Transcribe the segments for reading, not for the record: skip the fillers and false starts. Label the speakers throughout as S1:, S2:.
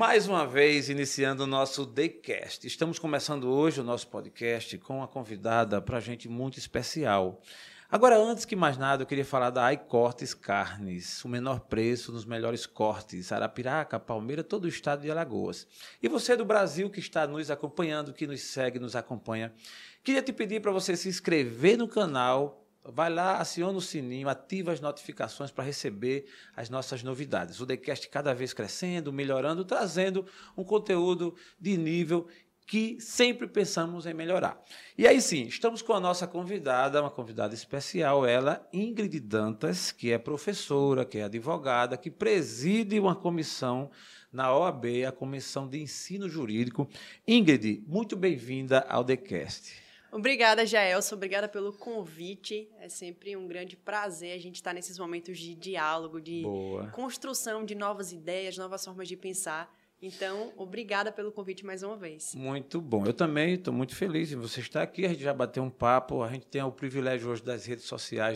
S1: Mais uma vez, iniciando o nosso TheCast. Estamos começando hoje o nosso podcast com uma convidada para a gente muito especial. Agora, antes que mais nada, eu queria falar da iCortes Carnes, o menor preço nos melhores cortes, Arapiraca, Palmeira, todo o estado de Alagoas. E você do Brasil que está nos acompanhando, que nos segue, nos acompanha, queria te pedir para você se inscrever no canal. Vai lá, aciona o sininho, ativa as notificações para receber as nossas novidades. O TheCast cada vez crescendo, melhorando, trazendo um conteúdo de nível que sempre pensamos em melhorar. E aí sim, estamos com a nossa convidada, uma convidada especial, ela, Ingrid Dantas, que é professora, que é advogada, que preside uma comissão na OAB, a Comissão de Ensino Jurídico. Ingrid, muito bem-vinda ao TheCast.
S2: Obrigada, Jaelson. Obrigada pelo convite. É sempre um grande prazer a gente estar nesses momentos de diálogo, de construção de novas ideias, novas formas de pensar. Então, obrigada pelo convite mais uma vez.
S1: Muito bom. Eu também estou muito feliz em você estar aqui. A gente já bateu um papo. A gente tem o privilégio hoje das redes sociais,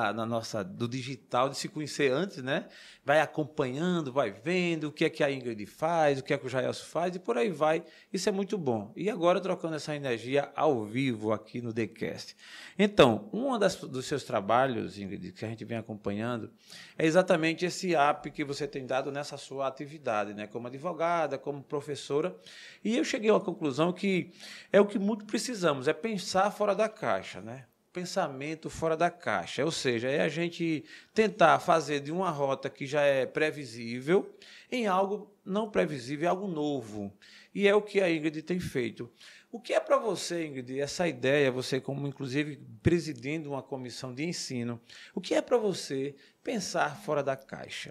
S1: do digital, de se conhecer antes, né? Vai acompanhando, vai vendo o que é que a Ingrid faz, o que é que o Jaelson faz e por aí vai. Isso é muito bom. E agora trocando essa energia ao vivo aqui no TheCast. Então, dos seus trabalhos, Ingrid, que a gente vem acompanhando, é exatamente esse app que você tem dado nessa sua atividade, né? Como advogada, como professora, e eu cheguei a uma conclusão que é o que muito precisamos, é pensar fora da caixa, né? Pensamento fora da caixa, ou seja, é a gente tentar fazer de uma rota que já é previsível em algo não previsível, algo novo, e é o que a Ingrid tem feito. O que é para você, Ingrid, essa ideia, você como inclusive presidindo uma comissão de ensino, o que é para você pensar fora da caixa?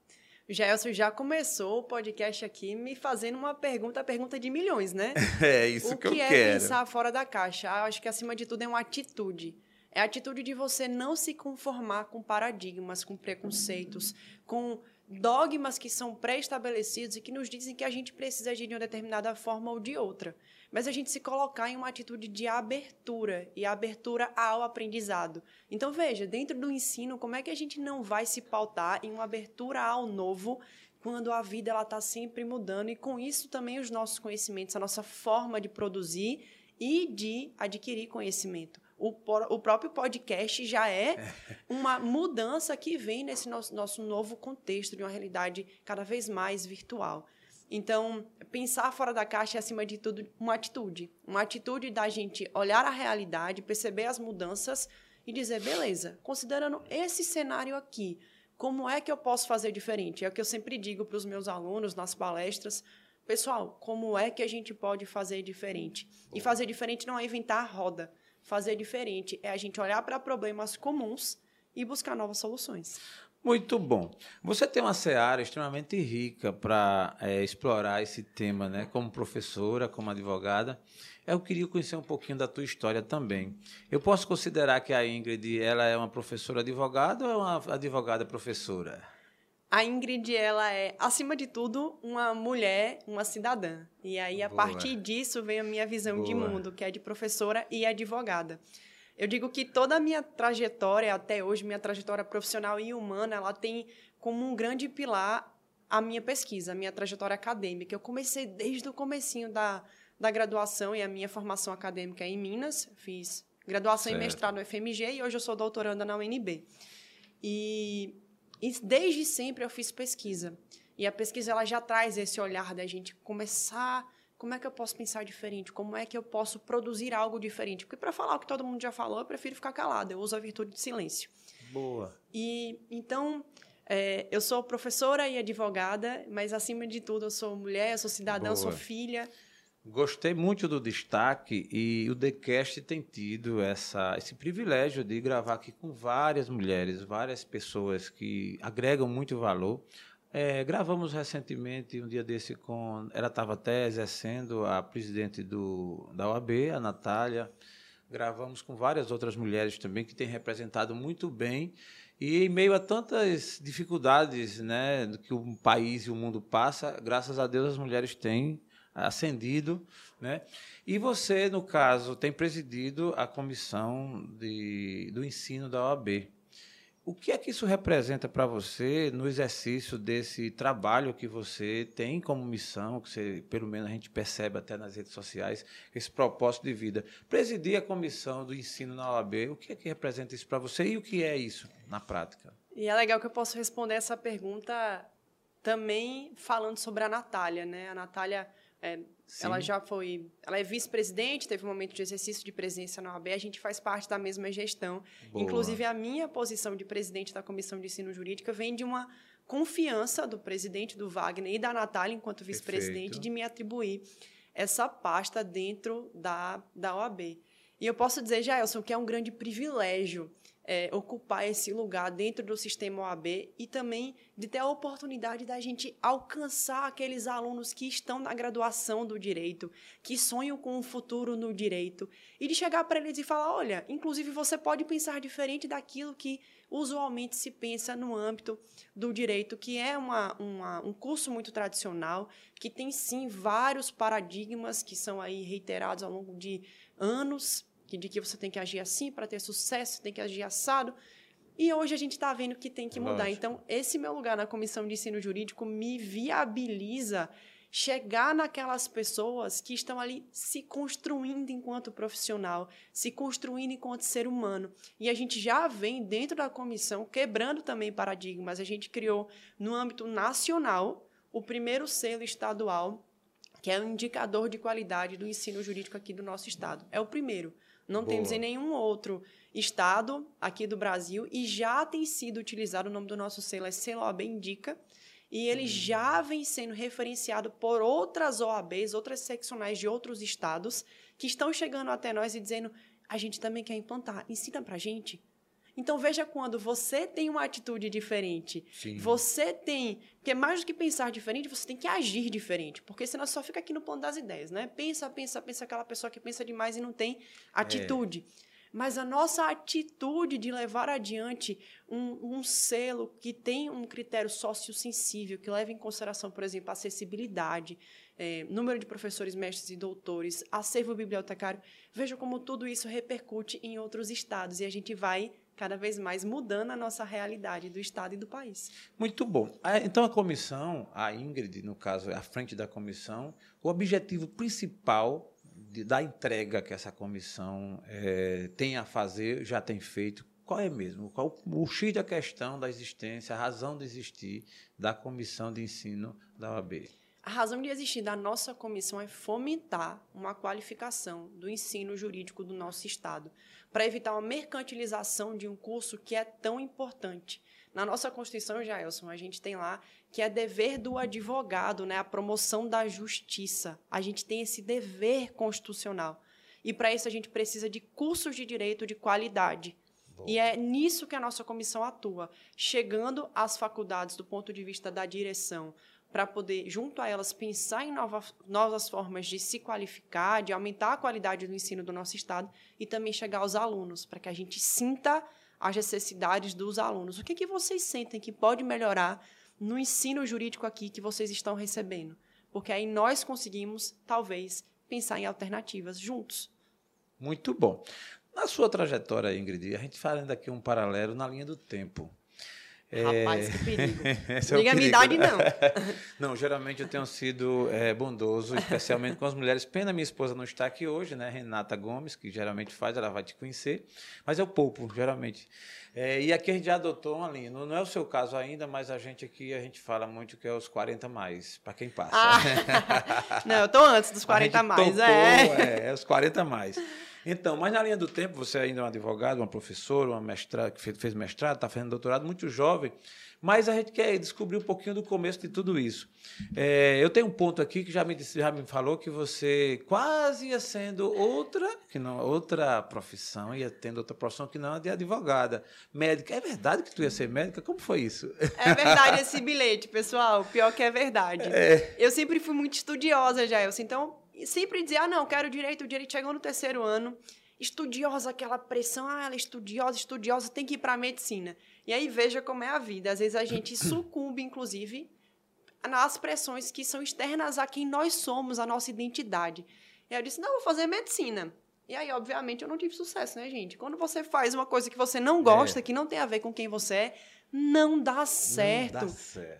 S2: O Jaelson já começou o podcast aqui me fazendo uma pergunta, a pergunta de milhões, né?
S1: É isso que eu quero.
S2: O que é pensar fora da caixa? Eu acho que, acima de tudo, é uma atitude. É a atitude de você não se conformar com paradigmas, com preconceitos, com dogmas que são pré-estabelecidos e que nos dizem que a gente precisa agir de uma determinada forma ou de outra. Mas a gente se colocar em uma atitude de abertura, e abertura ao aprendizado. Então, veja, dentro do ensino, como é que a gente não vai se pautar em uma abertura ao novo, quando a vida está sempre mudando, e com isso também os nossos conhecimentos, a nossa forma de produzir e de adquirir conhecimento. O próprio podcast já é uma mudança que vem nesse nosso novo contexto de uma realidade cada vez mais virtual. Então, pensar fora da caixa é, acima de tudo, uma atitude da gente olhar a realidade, perceber as mudanças e dizer, beleza, considerando esse cenário aqui, como é que eu posso fazer diferente? É o que eu sempre digo para os meus alunos nas palestras. Pessoal, como é que a gente pode fazer diferente? E fazer diferente não é inventar a roda. Fazer diferente é a gente olhar para problemas comuns e buscar novas soluções.
S1: Muito bom. Você tem uma seara extremamente rica para explorar esse tema, né? Como professora, como advogada. Eu queria conhecer um pouquinho da tua história também. Eu posso considerar que a Ingrid ela é uma professora advogada ou é uma advogada professora?
S2: A Ingrid, ela é, acima de tudo, uma mulher, uma cidadã. E aí, a partir disso, vem a minha visão de mundo, que é de professora e advogada. Eu digo que toda a minha trajetória, até hoje, minha trajetória profissional e humana, ela tem como um grande pilar a minha pesquisa, a minha trajetória acadêmica. Eu comecei desde o comecinho da graduação e a minha formação acadêmica em Minas. Fiz graduação e mestrado no FMG e hoje eu sou doutoranda na UNB. E desde sempre eu fiz pesquisa. E a pesquisa ela já traz esse olhar da gente começar... Como é que eu posso pensar diferente? Como é que eu posso produzir algo diferente? Porque, para falar o que todo mundo já falou, eu prefiro ficar calada. Eu uso a virtude de silêncio.
S1: Boa.
S2: E, então, eu sou professora e advogada, mas, acima de tudo, eu sou mulher, eu sou cidadã, eu sou filha.
S1: Gostei muito do destaque e o TheCast tem tido esse privilégio de gravar aqui com várias mulheres, várias pessoas que agregam muito valor. Gravamos recentemente, um dia desse, ela estava até exercendo a presidente da OAB, a Natália. Gravamos com várias outras mulheres também que têm representado muito bem. E em meio a tantas dificuldades, né, que o país e o mundo passa, graças a Deus as mulheres têm ascendido, né? E você, no caso, tem presidido a comissão do ensino da OAB. O que é que isso representa para você no exercício desse trabalho que você tem como missão, que você, pelo menos a gente percebe até nas redes sociais, esse propósito de vida? Presidir a comissão do ensino na OAB, o que é que representa isso para você e o que é isso na prática?
S2: E é legal que eu posso responder essa pergunta também falando sobre a Natália, né? A Natália, ela ela é vice-presidente, teve um momento de exercício de presidência na OAB, a gente faz parte da mesma gestão.
S1: Boa.
S2: Inclusive, a minha posição de presidente da Comissão de Ensino Jurídica vem de uma confiança do presidente, do Wagner, e da Natália, enquanto vice-presidente, de me atribuir essa pasta dentro da OAB. E eu posso dizer, Jaelson, que é um grande privilégio ocupar esse lugar dentro do sistema OAB e também de ter a oportunidade da gente alcançar aqueles alunos que estão na graduação do direito, que sonham com um futuro no direito, e de chegar para eles e falar, olha, inclusive você pode pensar diferente daquilo que usualmente se pensa no âmbito do direito, que é um curso muito tradicional, que tem, sim, vários paradigmas que são aí reiterados ao longo de anos, de que você tem que agir assim para ter sucesso, tem que agir assado. E hoje a gente está vendo que tem que mudar.
S1: Lógico.
S2: Então, esse meu lugar na Comissão de Ensino Jurídico me viabiliza chegar naquelas pessoas que estão ali se construindo enquanto profissional, se construindo enquanto ser humano. E a gente já vem dentro da comissão quebrando também paradigmas. A gente criou, no âmbito nacional, o primeiro selo estadual, que é um indicador de qualidade do ensino jurídico aqui do nosso estado. É o primeiro. Não temos em nenhum outro estado aqui do Brasil e já tem sido utilizado, o nome do nosso selo é Selo OAB Indica, e ele já vem sendo referenciado por outras OABs, outras seccionais de outros estados, que estão chegando até nós e dizendo, a gente também quer implantar, ensina pra gente. Então, veja quando você tem uma atitude diferente,
S1: Sim.
S2: Você tem... Porque mais do que pensar diferente, você tem que agir diferente, porque senão só fica aqui no plano das ideias, né? Pensa aquela pessoa que pensa demais e não tem atitude. Mas a nossa atitude de levar adiante um selo que tem um critério sociossensível, que leva em consideração, por exemplo, a acessibilidade, número de professores, mestres e doutores, acervo bibliotecário, veja como tudo isso repercute em outros estados e a gente vai cada vez mais mudando a nossa realidade do estado e do país.
S1: Muito bom. Então, a comissão, a Ingrid, no caso, à frente da comissão, o objetivo principal da entrega que essa comissão tem a fazer, já tem feito, qual é mesmo? Qual o X da questão da existência, a razão de existir da Comissão de Ensino da OAB?
S2: A razão de existir da nossa comissão é fomentar uma qualificação do ensino jurídico do nosso estado, para evitar uma mercantilização de um curso que é tão importante. Na nossa Constituição, Jaelson, a gente tem lá que é dever do advogado, né, a promoção da justiça. A gente tem esse dever constitucional. E, para isso, a gente precisa de cursos de direito de qualidade. Bom. E é nisso que a nossa comissão atua, chegando às faculdades do ponto de vista da direção, para poder, junto a elas, pensar em novas formas de se qualificar, de aumentar a qualidade do ensino do nosso estado e também chegar aos alunos, para que a gente sinta as necessidades dos alunos. O que vocês sentem que pode melhorar no ensino jurídico aqui que vocês estão recebendo? Porque aí nós conseguimos, talvez, pensar em alternativas juntos.
S1: Muito bom. Na sua trajetória, Ingrid, a gente fazendo aqui um paralelo na linha do tempo.
S2: Rapaz, que perigo. Não diga a minha idade, não.
S1: Não, geralmente eu tenho sido bondoso, especialmente com as mulheres. Pena minha esposa não está aqui hoje, né? Renata Gomes, que geralmente faz, ela vai te conhecer. Mas eu poupo, geralmente. E aqui a gente já adotou uma linha. Não é o seu caso ainda, mas a gente aqui, a gente fala muito que é os 40 mais, para quem passa.
S2: Não, eu estou antes dos 40 mais.
S1: Os 40 mais. Então, mas na linha do tempo, você ainda é um advogado, uma professora, uma mestrada, que fez mestrado, está fazendo doutorado, muito jovem, mas a gente quer descobrir um pouquinho do começo de tudo isso. Eu tenho um ponto aqui que já me falou que você quase ia sendo outra profissão, ia tendo outra profissão que não a de advogada, médica. É verdade que tu ia ser médica? Como foi isso?
S2: É verdade esse bilhete, pessoal. Pior que é verdade. Eu sempre fui muito estudiosa, Jaelson, então... sempre dizia, não, quero direito, o direito chegou no 3º ano, estudiosa, aquela pressão, ela é estudiosa, tem que ir para a medicina. E aí veja como é a vida, às vezes a gente sucumbe, inclusive, nas pressões que são externas a quem nós somos, a nossa identidade. E eu disse, não, vou fazer medicina. E aí, obviamente, eu não tive sucesso, né, gente? Quando você faz uma coisa que você não gosta, que não tem a ver com quem você é, não dá certo.
S1: Não dá certo.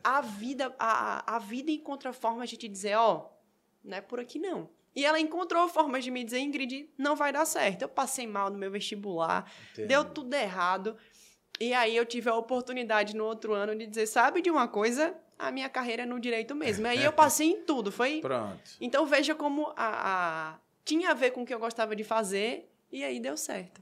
S2: A vida encontra formas de te dizer, ó, não é por aqui não. E ela encontrou formas de me dizer, Ingrid, não vai dar certo. Eu passei mal no meu vestibular, deu tudo errado. E aí eu tive a oportunidade no outro ano de dizer, sabe de uma coisa? A minha carreira é no direito mesmo. Aí eu passei em tudo, foi...
S1: Pronto.
S2: Então veja como tinha a ver com o que eu gostava de fazer e aí deu certo.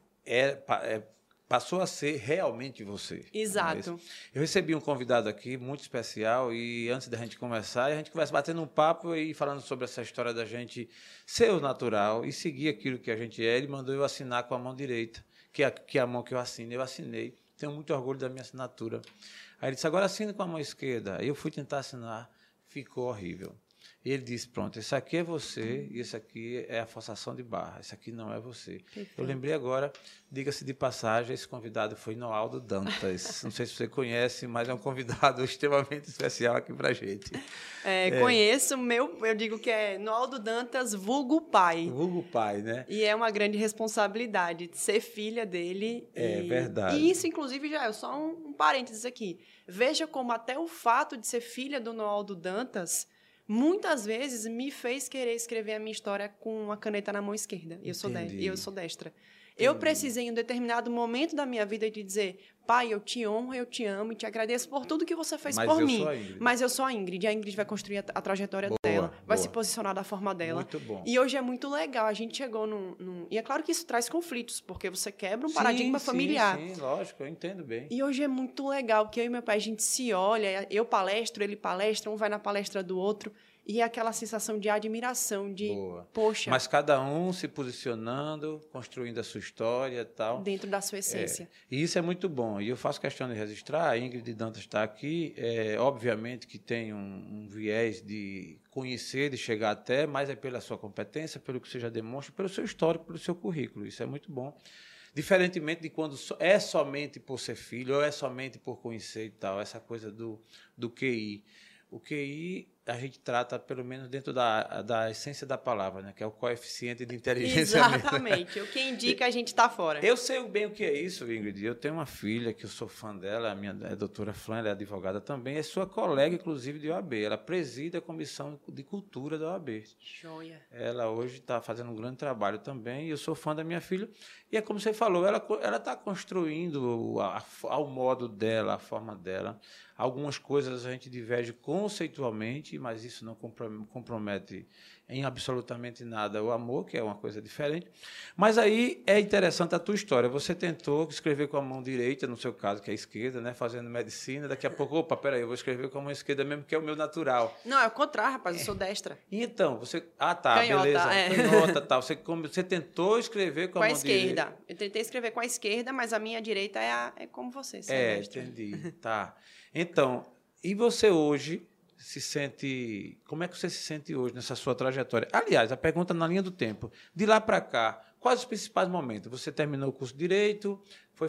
S1: Passou a ser realmente você.
S2: Exato.
S1: Eu recebi um convidado aqui muito especial e antes da gente começar, a gente começa batendo um papo e falando sobre essa história da gente ser o natural e seguir aquilo que a gente é. Ele mandou eu assinar com a mão direita, que é a mão que eu assino. Eu assinei. Tenho muito orgulho da minha assinatura. Aí ele disse, agora assine com a mão esquerda. Aí eu fui tentar assinar, ficou horrível. E ele disse, pronto, esse aqui é você e esse aqui é a forçação de barra. Esse aqui não é você. Perfeito. Eu lembrei agora, diga-se de passagem, esse convidado foi Noaldo Dantas. Não sei se você conhece, mas é um convidado extremamente especial aqui pra gente.
S2: Conheço, eu digo que é Noaldo Dantas, vulgo pai.
S1: Vulgo pai, né?
S2: E é uma grande responsabilidade de ser filha dele.
S1: Verdade.
S2: E isso, inclusive, já é só um parênteses aqui. Veja como até o fato de ser filha do Noaldo Dantas muitas vezes me fez querer escrever a minha história com uma caneta na mão esquerda. Eu sou destra. Eu precisei, em um determinado momento da minha vida, de dizer, pai, eu te honro, eu te amo e te agradeço por tudo que você fez por mim. Mas eu sou a Ingrid. A Ingrid vai construir a trajetória dela, vai se posicionar da forma dela.
S1: Muito bom.
S2: E hoje é muito legal. A gente chegou E é claro que isso traz conflitos, porque você quebra um paradigma familiar.
S1: Sim, lógico, eu entendo bem.
S2: E hoje é muito legal, que eu e meu pai, a gente se olha, eu palestro, ele palestra, um vai na palestra do outro. E aquela sensação de admiração, de, poxa...
S1: Mas cada um se posicionando, construindo a sua história e tal.
S2: Dentro da sua essência.
S1: E isso é muito bom. E eu faço questão de registrar, a Ingrid Dantas está aqui, obviamente que tem um viés de conhecer, de chegar até, mas é pela sua competência, pelo que você já demonstra, pelo seu histórico, pelo seu currículo. Isso é muito bom. Diferentemente de quando é somente por ser filho, ou é somente por conhecer e tal, essa coisa do QI. O QI a gente trata, pelo menos dentro da essência da palavra, né? Que é o coeficiente de inteligência.
S2: Exatamente. O que indica a gente está fora.
S1: Eu sei bem o que é isso, Ingrid. Eu tenho uma filha que eu sou fã dela, a minha doutora Flan, ela é advogada também, é sua colega, inclusive, de OAB. Ela preside a Comissão de Cultura da OAB.
S2: Joia.
S1: Ela hoje está fazendo um grande trabalho também, e eu sou fã da minha filha. E é como você falou, ela está construindo ao modo dela, a forma dela. Algumas coisas a gente diverge conceitualmente, mas isso não compromete em absolutamente nada o amor, que é uma coisa diferente. Mas aí é interessante a tua história. Você tentou escrever com a mão direita, no seu caso, que é a esquerda, né? Fazendo medicina. Daqui a pouco, peraí, eu vou escrever com a mão esquerda mesmo, que é o meu natural.
S2: Não, é o contrário, rapaz, eu sou destra.
S1: Então, você... Ah, tá,
S2: canhota,
S1: beleza. Canhota, tal. Você tentou escrever com a mão
S2: esquerda.
S1: direita.
S2: Eu tentei escrever com a esquerda, mas a minha direita é como você.
S1: Entendi. Tá. Então, e você hoje se sente... Como é que você se sente hoje nessa sua trajetória? Aliás, a pergunta na linha do tempo. De lá para cá, quais os principais momentos? Você terminou o curso de Direito,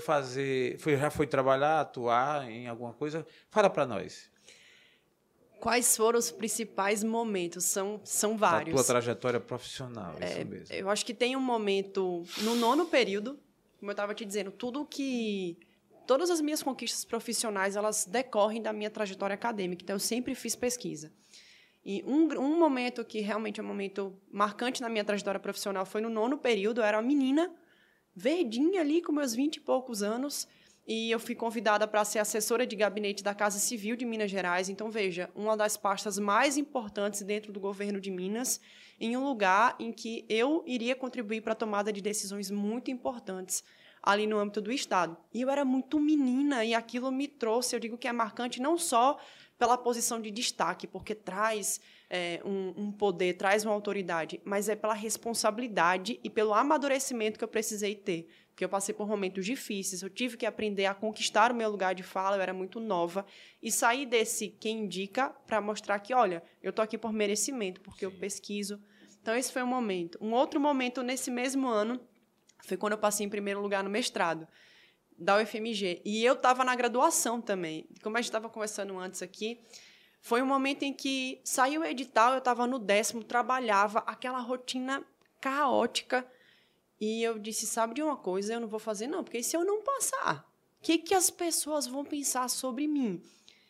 S1: já foi trabalhar, atuar em alguma coisa? Fala para nós.
S2: Quais foram os principais momentos? São vários.
S1: Da tua trajetória profissional, isso mesmo.
S2: Eu acho que tem um momento no 9º período, como eu estava te dizendo, todas as minhas conquistas profissionais, elas decorrem da minha trajetória acadêmica. Então, eu sempre fiz pesquisa. E um momento que realmente é um momento marcante na minha trajetória profissional foi no 9º período. Eu era uma menina verdinha ali, com meus 20 e poucos anos, e eu fui convidada para ser assessora de gabinete da Casa Civil de Minas Gerais. Então, veja, uma das pastas mais importantes dentro do governo de Minas, em um lugar em que eu iria contribuir para a tomada de decisões muito importantes ali no âmbito do Estado. E eu era muito menina e aquilo me trouxe, eu digo que é marcante não só pela posição de destaque, porque traz um poder, traz uma autoridade, mas é pela responsabilidade e pelo amadurecimento que eu precisei ter. Porque eu passei por momentos difíceis, eu tive que aprender a conquistar o meu lugar de fala, eu era muito nova, e sair desse quem indica para mostrar que, olha, eu estou aqui por merecimento, porque eu pesquiso. Então, esse foi um momento. Um outro momento, nesse mesmo ano, foi quando eu passei em primeiro lugar no mestrado da UFMG. E eu estava na graduação também. Como a gente estava conversando antes aqui, foi um momento em que saiu o edital, eu estava no 10º, trabalhava, aquela rotina caótica. E eu disse, sabe de uma coisa? Eu não vou fazer não, porque se eu não passar, o que as pessoas vão pensar sobre mim?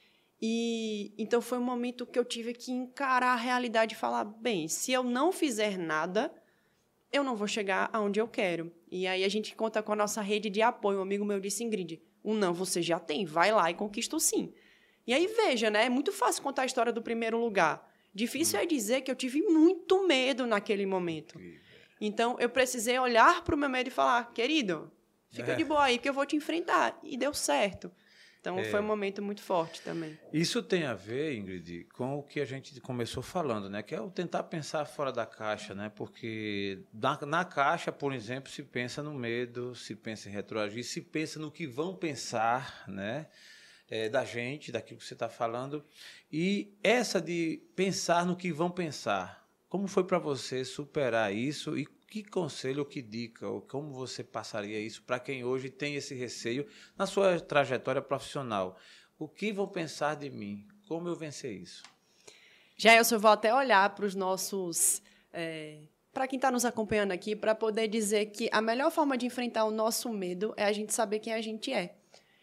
S2: E então foi um momento que eu tive que encarar a realidade e falar, bem, se eu não fizer nada, eu não vou chegar aonde eu quero. E aí a gente conta com a nossa rede de apoio. Um amigo meu disse, Ingrid, o não você já tem, vai lá e conquista o sim. E aí veja, né? É muito fácil contar a história do primeiro lugar. Difícil é dizer que eu tive muito medo naquele momento. Então, eu precisei olhar para o meu medo e falar, querido, fica de boa aí que eu vou te enfrentar. E deu certo. Então, foi um momento muito forte também.
S1: Isso tem a ver, Ingrid, com o que a gente começou falando, né? Que é o tentar pensar fora da caixa, né? Porque na caixa, por exemplo, se pensa no medo, se pensa em retroagir, se pensa no que vão pensar, né? Da gente, daquilo que você está falando. E essa de pensar no que vão pensar, como foi para você superar isso e que conselho ou que dica, ou como você passaria isso para quem hoje tem esse receio na sua trajetória profissional? O que vão pensar de mim? Como eu vencer isso?
S2: Jailson, eu vou até olhar para os nossos... para quem está nos acompanhando aqui, para poder dizer que a melhor forma de enfrentar o nosso medo é a gente saber quem a gente é.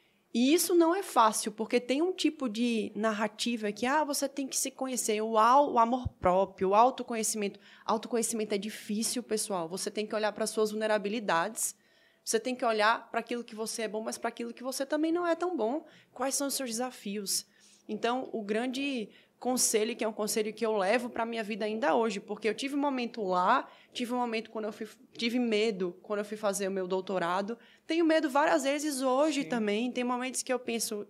S2: E isso não é fácil, porque tem um tipo de narrativa que você tem que se conhecer, o amor próprio, o autoconhecimento. Autoconhecimento é difícil, pessoal. Você tem que olhar para as suas vulnerabilidades, você tem que olhar para aquilo que você é bom, mas para aquilo que você também não é tão bom. Quais são os seus desafios? Então, o grande conselho, que é um conselho que eu levo para a minha vida ainda hoje, porque eu tive um momento lá, tive um momento quando tive medo quando eu fui fazer o meu doutorado, tenho medo várias vezes hoje também, tem momentos que eu penso,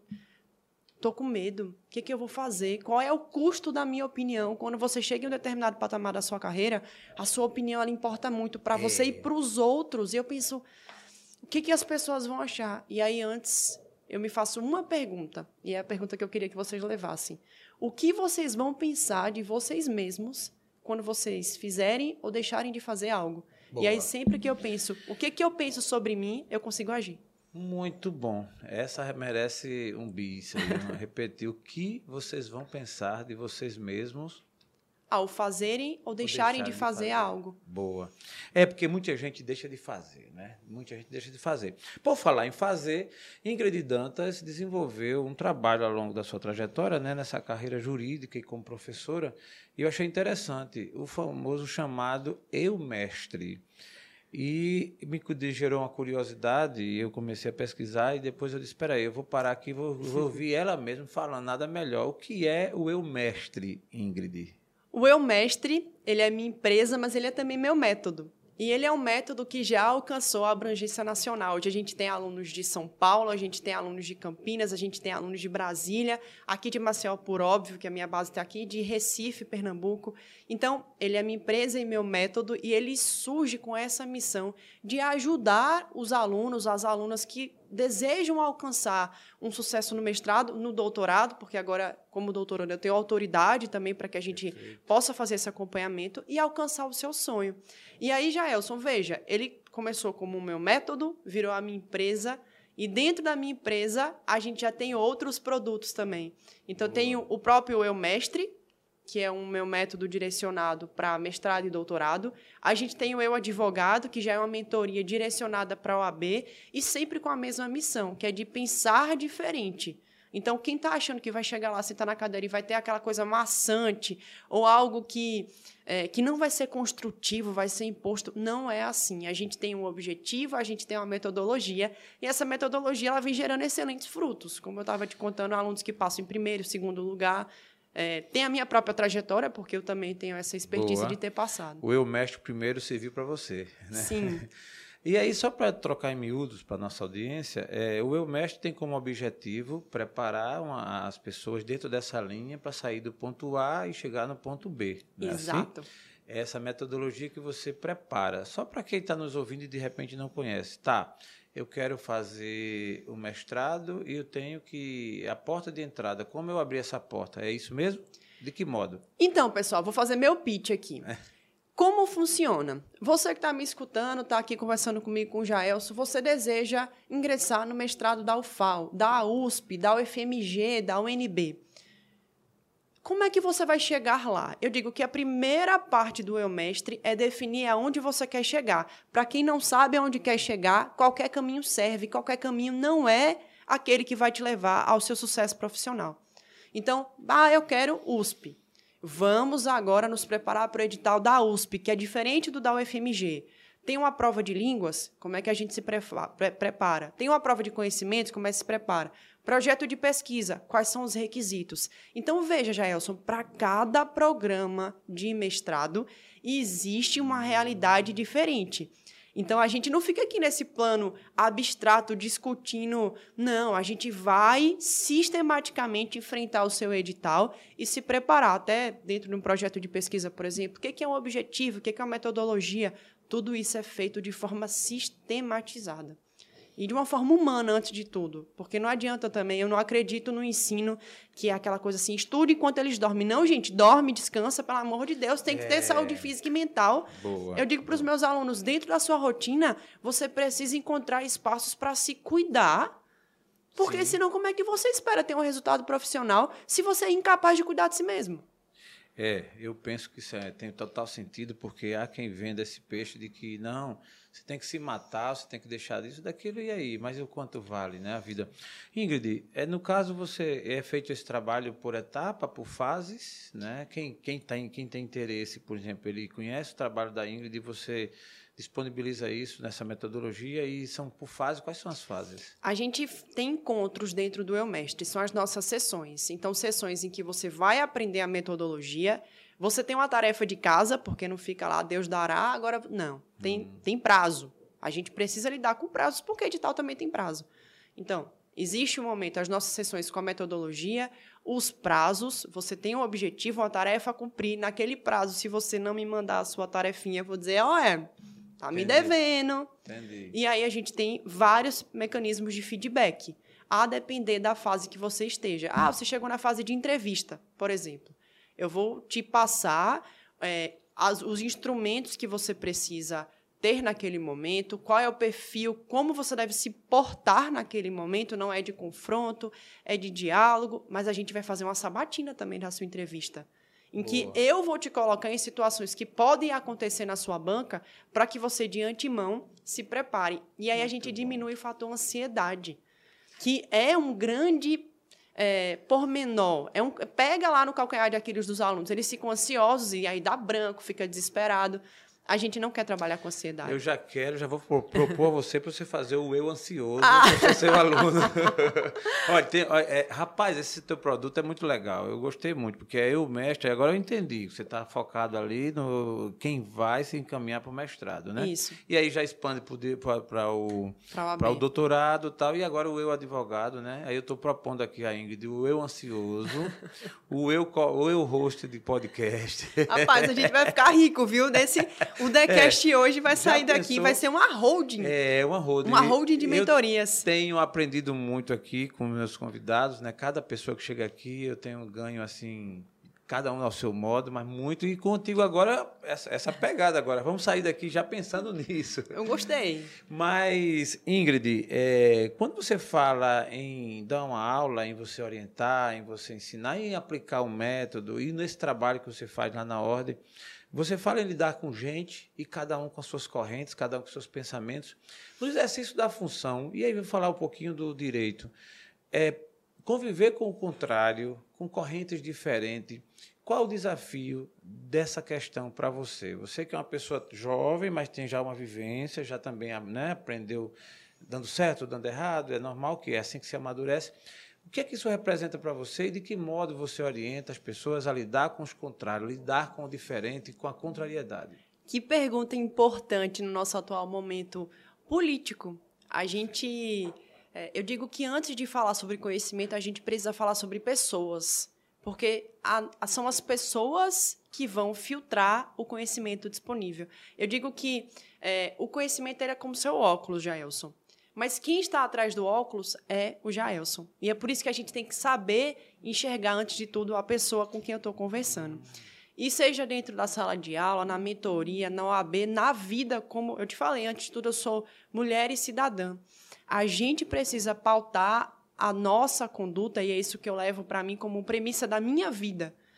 S2: estou com medo, o que eu vou fazer? Qual é o custo da minha opinião? Quando você chega em um determinado patamar da sua carreira, a sua opinião ela importa muito para você e para os outros, e eu penso, o que as pessoas vão achar? E aí antes... eu me faço uma pergunta, e é a pergunta que eu queria que vocês levassem. O que vocês vão pensar de vocês mesmos quando vocês fizerem ou deixarem de fazer algo? Boa. E aí, sempre que eu penso, o que eu penso sobre mim, eu consigo agir.
S1: Muito bom. Essa merece um bis. Repetir o que vocês vão pensar de vocês mesmos
S2: ao fazerem ou deixarem de fazer algo.
S1: Boa. Porque muita gente deixa de fazer, né? Muita gente deixa de fazer. Por falar em fazer, Ingrid Dantas desenvolveu um trabalho ao longo da sua trajetória, né, nessa carreira jurídica e como professora, e eu achei interessante o famoso chamado Eu Mestre. E me gerou uma curiosidade, e eu comecei a pesquisar, e depois eu disse, espera aí, eu vou parar aqui, vou ouvir ela mesma falando nada melhor. O que é o Eu Mestre, Ingrid?
S2: O Eu Mestre, ele é minha empresa, mas ele é também meu método. E ele é um método que já alcançou a abrangência nacional. Hoje a gente tem alunos de São Paulo, a gente tem alunos de Campinas, a gente tem alunos de Brasília, aqui de Maceió, por óbvio, que a minha base está aqui, de Recife, Pernambuco. Então, ele é minha empresa e meu método, e ele surge com essa missão de ajudar os alunos, as alunas que desejam alcançar um sucesso no mestrado, no doutorado, porque agora, como doutorando, eu tenho autoridade também para que a gente possa fazer esse acompanhamento e alcançar o seu sonho. E aí, Jailson, veja, ele começou como o meu método, virou a minha empresa, e dentro da minha empresa, a gente já tem outros produtos também. Então, eu tenho o próprio Eu Mestre, que é um meu método direcionado para mestrado e doutorado. A gente tem o Eu Advogado, que já é uma mentoria direcionada para a OAB, e sempre com a mesma missão, que é de pensar diferente. Então, quem está achando que vai chegar lá, sentar na cadeira e vai ter aquela coisa maçante, ou algo que não vai ser construtivo, vai ser imposto, não é assim. A gente tem um objetivo, a gente tem uma metodologia, e essa metodologia ela vem gerando excelentes frutos. Como eu estava te contando, alunos que passam em primeiro, segundo lugar. Tem a minha própria trajetória, porque eu também tenho essa expertise de ter passado.
S1: O Eu Mestre primeiro serviu para você, né?
S2: Sim.
S1: E aí, só para trocar em miúdos para a nossa audiência, o Eu Mestre tem como objetivo preparar as pessoas dentro dessa linha para sair do ponto A e chegar no ponto B. Não é
S2: Exato.
S1: Assim? Essa metodologia que você prepara. Só para quem está nos ouvindo e de repente não conhece. Tá, eu quero fazer o mestrado e eu tenho que... A porta de entrada, como eu abrir essa porta? É isso mesmo? De que modo?
S2: Então, pessoal, vou fazer meu pitch aqui. Como funciona? Você que está me escutando, está aqui conversando comigo com o Jailson, você deseja ingressar no mestrado da UFAL, da USP, da UFMG, da UNB. Como é que você vai chegar lá? Eu digo que a primeira parte do Eu Mestre é definir aonde você quer chegar. Para quem não sabe aonde quer chegar, qualquer caminho serve, qualquer caminho não é aquele que vai te levar ao seu sucesso profissional. Então, eu quero USP. Vamos agora nos preparar para o edital da USP, que é diferente do da UFMG. Tem uma prova de línguas, como é que a gente se prepara? Tem uma prova de conhecimentos, como é que se prepara? Projeto de pesquisa, quais são os requisitos? Então, veja, Jaelson, para cada programa de mestrado, existe uma realidade diferente. Então, a gente não fica aqui nesse plano abstrato, discutindo. Não, a gente vai sistematicamente enfrentar o seu edital e se preparar. Até dentro de um projeto de pesquisa, por exemplo, o que é um objetivo, o que é uma metodologia? Tudo isso é feito de forma sistematizada. E de uma forma humana, antes de tudo. Porque não adianta também, eu não acredito no ensino que é aquela coisa assim, estude enquanto eles dormem. Não, gente, dorme, descansa, pelo amor de Deus, tem que ter saúde física e mental.
S1: Boa,
S2: eu digo para os meus alunos, dentro da sua rotina, você precisa encontrar espaços para se cuidar, porque senão como é que você espera ter um resultado profissional se você é incapaz de cuidar de si mesmo?
S1: Eu penso que isso tem total sentido, porque há quem venda esse peixe de que, não, você tem que se matar, você tem que deixar disso, daquilo, e aí? Mas o quanto vale, né, a vida? Ingrid, no caso, você é feito esse trabalho por etapa, por fases, né? Quem tem interesse, por exemplo, ele conhece o trabalho da Ingrid e você disponibiliza isso nessa metodologia e são por fase. Quais são as fases?
S2: A gente tem encontros dentro do Eu Mestre, são as nossas sessões. Então, sessões em que você vai aprender a metodologia, você tem uma tarefa de casa, porque não fica lá, Deus dará, agora... Não, tem prazo. A gente precisa lidar com prazos, porque edital também tem prazo. Então, existe um momento, as nossas sessões com a metodologia, os prazos, você tem um objetivo, uma tarefa a cumprir. Naquele prazo, se você não me mandar a sua tarefinha, eu vou dizer, tá me devendo.
S1: Entendi.
S2: E aí a gente tem vários mecanismos de feedback, a depender da fase que você esteja. Você chegou na fase de entrevista, por exemplo. Eu vou te passar os instrumentos que você precisa ter naquele momento, qual é o perfil, como você deve se portar naquele momento, não é de confronto, é de diálogo, mas a gente vai fazer uma sabatina também da sua entrevista, em que eu vou te colocar em situações que podem acontecer na sua banca para que você, de antemão, se prepare. E aí a gente diminui o fator ansiedade, que é um grande pormenor. Pega lá no calcanhar de Aquiles dos alunos, eles ficam ansiosos e aí dá branco, fica desesperado. A gente não quer trabalhar com ansiedade.
S1: Eu já vou propor a você para você fazer o Eu Ansioso, para você ser o aluno. Olha, rapaz, esse teu produto é muito legal. Eu gostei muito, porque é Eu Mestre, agora eu entendi. Você está focado ali no quem vai se encaminhar para o mestrado, né?
S2: Isso.
S1: E aí já expande para o doutorado e tal, e agora o Eu Advogado, né? Aí eu estou propondo aqui a Ingrid o Eu Ansioso, o eu host de podcast.
S2: Rapaz, a gente vai ficar rico, viu? O TheCast hoje vai sair daqui, vai ser uma holding.
S1: Uma holding.
S2: Uma holding de mentorias.
S1: Eu tenho aprendido muito aqui com meus convidados, né? Cada pessoa que chega aqui, eu tenho ganho, assim, cada um ao seu modo, mas muito. E contigo agora, essa pegada agora. Vamos sair daqui já pensando nisso.
S2: Eu gostei.
S1: Mas, Ingrid, quando você fala em dar uma aula, em você orientar, em você ensinar, em aplicar um método, e nesse trabalho que você faz lá na Ordem, você fala em lidar com gente e cada um com as suas correntes, cada um com os seus pensamentos. No exercício da função, e aí vou falar um pouquinho do direito, conviver com o contrário, com correntes diferentes. Qual o desafio dessa questão para você? Você que é uma pessoa jovem, mas tem já uma vivência, já também, né, aprendeu dando certo, dando errado, é normal que é assim que se amadurece. O que é que isso representa para você e de que modo você orienta as pessoas a lidar com os contrários, lidar com o diferente, com a contrariedade?
S2: Que pergunta importante no nosso atual momento político. Eu digo que antes de falar sobre conhecimento, a gente precisa falar sobre pessoas, porque são as pessoas que vão filtrar o conhecimento disponível. Eu digo que o conhecimento é como seu óculos, Jaelson. Mas quem está atrás do óculos é o Jaelson. E é por isso que a gente tem que saber enxergar, antes de tudo, a pessoa com quem eu estou conversando. E seja dentro da sala de aula, na mentoria, na OAB, na vida, como eu te falei, antes de tudo, eu sou mulher e cidadã. A gente precisa pautar a nossa conduta, e é isso que eu levo para mim como premissa da minha vida.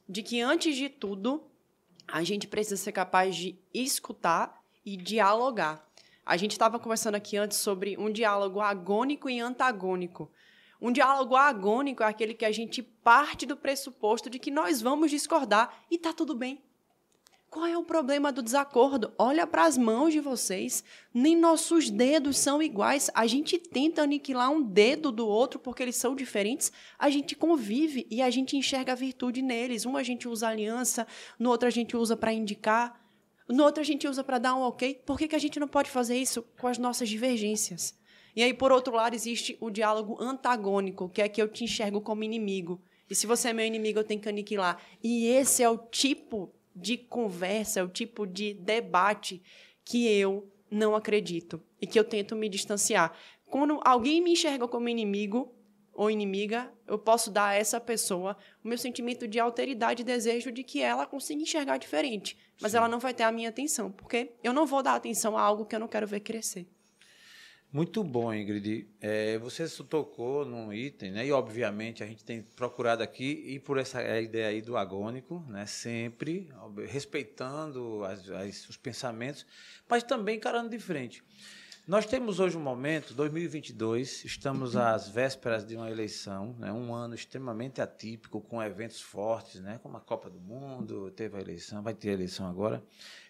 S2: de que, antes de tudo, a gente precisa ser capaz de escutar e dialogar. A gente estava conversando aqui antes sobre um diálogo agônico e antagônico. Um diálogo agônico é aquele que a gente parte do pressuposto de que nós vamos discordar e está tudo bem. Qual é o problema do desacordo? Olha para as mãos de vocês. Nem nossos dedos são iguais. A gente tenta aniquilar um dedo do outro porque eles são diferentes. A gente convive e a gente enxerga a virtude neles. Um a gente usa aliança, no outro a gente usa para indicar, no outro a gente usa para dar um ok. Por que a gente não pode fazer isso com as nossas divergências? E aí, por outro lado, existe o diálogo antagônico, que é que eu te enxergo como inimigo. E se você é meu inimigo, eu tenho que aniquilar. E esse é o tipo de conversa, é o tipo de debate que eu não acredito e que eu tento me distanciar. Quando alguém me enxerga como inimigo ou inimiga, eu posso dar a essa pessoa o meu sentimento de alteridade e desejo de que ela consiga enxergar diferente, mas ela não vai ter a minha atenção, porque eu não vou dar atenção a algo que eu não quero ver crescer.
S1: Muito bom, Ingrid. Você tocou num item, né? E, obviamente, a gente tem procurado aqui ir por essa ideia aí do agônico, né? Sempre respeitando os pensamentos, mas também encarando de frente. Nós temos hoje um momento, 2022, estamos às vésperas de uma eleição, né? Um ano extremamente atípico, com eventos fortes, né? Como a Copa do Mundo, teve a eleição, vai ter a eleição agora.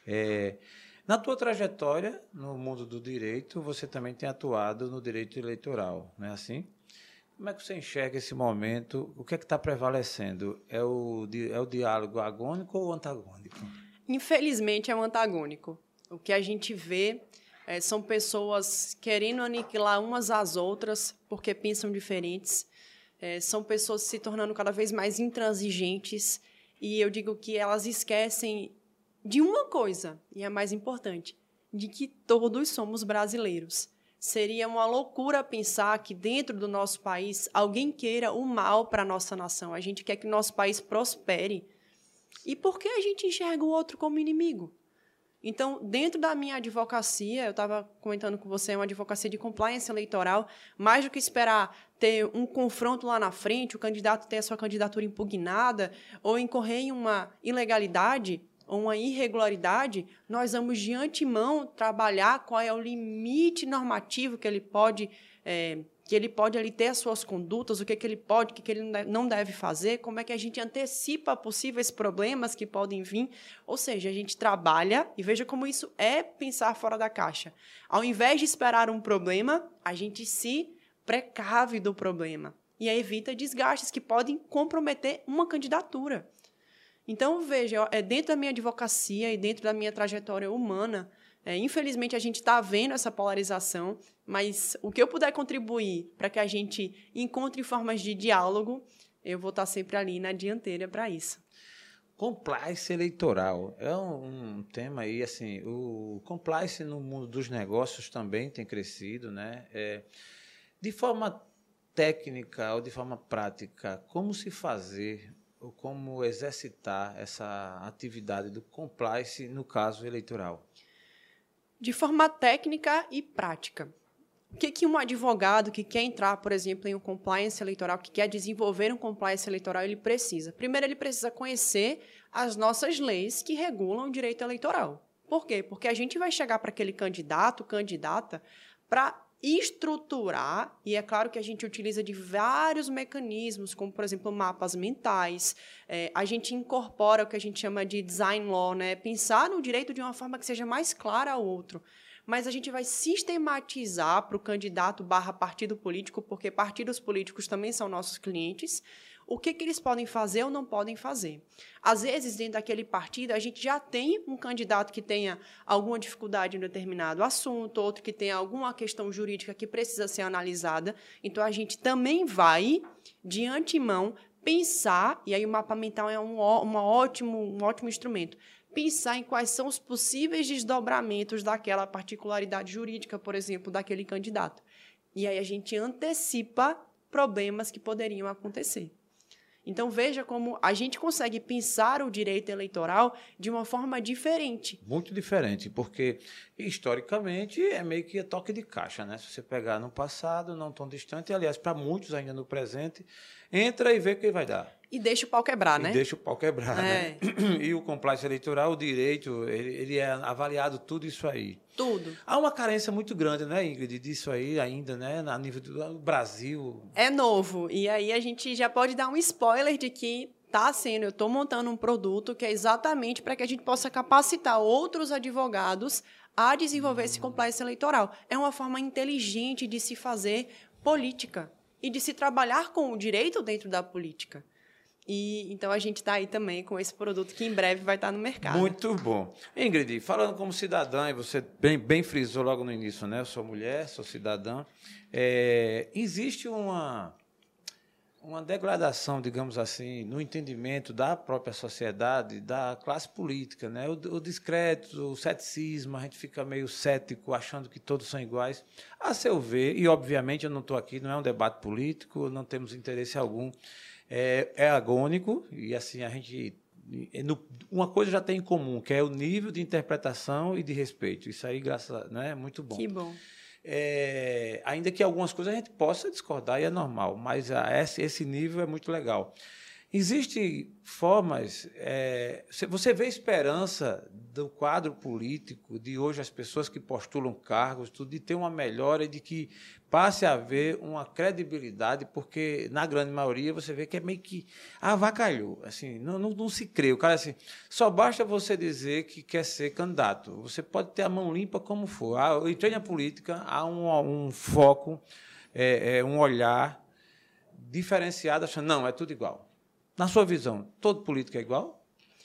S1: Na tua trajetória no mundo do direito, você também tem atuado no direito eleitoral, não é assim? Como é que você enxerga esse momento? O que é que está prevalecendo? É o diálogo agônico ou antagônico?
S2: Infelizmente, é um antagônico. O que a gente vê são pessoas querendo aniquilar umas às outras porque pensam diferentes. São pessoas se tornando cada vez mais intransigentes. E eu digo que elas esquecem de uma coisa, e é a mais importante, de que todos somos brasileiros. Seria uma loucura pensar que dentro do nosso país alguém queira o mal para a nossa nação. A gente quer que o nosso país prospere. E por que a gente enxerga o outro como inimigo? Então, dentro da minha advocacia, eu estava comentando com você, uma advocacia de compliance eleitoral, mais do que esperar ter um confronto lá na frente, o candidato ter a sua candidatura impugnada ou incorrer em uma ilegalidade ou uma irregularidade, nós vamos de antemão trabalhar qual é o limite normativo que ele pode ali ter as suas condutas, o que ele pode, o que ele não deve fazer, como é que a gente antecipa possíveis problemas que podem vir. Ou seja, a gente trabalha, e veja como isso é pensar fora da caixa. Ao invés de esperar um problema, a gente se precave do problema e aí evita desgastes que podem comprometer uma candidatura. Então, veja, dentro da minha advocacia e dentro da minha trajetória humana, infelizmente, a gente está vendo essa polarização, mas o que eu puder contribuir para que a gente encontre formas de diálogo, eu vou estar sempre ali na dianteira para isso.
S1: Compliance eleitoral é um tema aí, assim, o compliance no mundo dos negócios também tem crescido, né? De forma técnica ou de forma prática, como se fazer ou como exercitar essa atividade do compliance no caso eleitoral?
S2: De forma técnica e prática. O que um advogado que quer entrar, por exemplo, em um compliance eleitoral, que quer desenvolver um compliance eleitoral, ele precisa? Primeiro, ele precisa conhecer as nossas leis que regulam o direito eleitoral. Por quê? Porque a gente vai chegar para aquele candidato, candidata, para estruturar, e é claro que a gente utiliza de vários mecanismos, como, por exemplo, mapas mentais, a gente incorpora o que a gente chama de design law, né? Pensar no direito de uma forma que seja mais clara ao outro. Mas a gente vai sistematizar para o candidato / partido político, porque partidos políticos também são nossos clientes, o que eles podem fazer ou não podem fazer. Às vezes, dentro daquele partido, a gente já tem um candidato que tenha alguma dificuldade em um determinado assunto, outro que tenha alguma questão jurídica que precisa ser analisada. Então, a gente também vai, de antemão, pensar, e aí o mapa mental é um ótimo instrumento, pensar em quais são os possíveis desdobramentos daquela particularidade jurídica, por exemplo, daquele candidato. E aí a gente antecipa problemas que poderiam acontecer. Então, veja como a gente consegue pensar o direito eleitoral de uma forma diferente.
S1: Muito diferente, porque, historicamente, é meio que toque de caixa, né? Se você pegar no passado, não tão distante, aliás, para muitos ainda no presente, entra e vê o que vai dar.
S2: E deixa o pau quebrar, né?
S1: E deixa o pau quebrar, né? E o compliance eleitoral, o direito, ele é avaliado tudo isso aí.
S2: Tudo.
S1: Há uma carência muito grande, né, Ingrid, disso aí ainda, né, a nível do Brasil.
S2: É novo. E aí a gente já pode dar um spoiler de que está sendo, eu estou montando um produto que é exatamente para que a gente possa capacitar outros advogados a desenvolver esse compliance eleitoral. É uma forma inteligente de se fazer política e de se trabalhar com o direito dentro da política. E então a gente está aí também com esse produto que em breve vai estar no mercado.
S1: Muito bom. Ingrid, falando como cidadã, e você bem frisou logo no início, né? Eu sou mulher, sou cidadã. Existe uma degradação, digamos assim, no entendimento da própria sociedade, da classe política, né? O descrédito, o ceticismo, a gente fica meio cético, achando que todos são iguais. A seu ver, e obviamente eu não estou aqui, não é um debate político, não temos interesse algum. É agônico, e assim a gente... Uma coisa já tem em comum, que é o nível de interpretação e de respeito. Isso aí, né, é muito bom.
S2: Que bom.
S1: Ainda que algumas coisas a gente possa discordar, e é normal, mas esse nível é muito legal. Existem formas... você vê esperança do quadro político, de hoje as pessoas que postulam cargos, tudo, de ter uma melhora e de que passe a haver uma credibilidade, porque, na grande maioria, você vê que é meio que avacalhou. Assim, não se crê. O cara, assim, só basta você dizer que quer ser candidato. Você pode ter a mão limpa como for. Eu entrei na política, há um foco, um olhar diferenciado, achando, não, é tudo igual. Na sua visão, todo político é igual?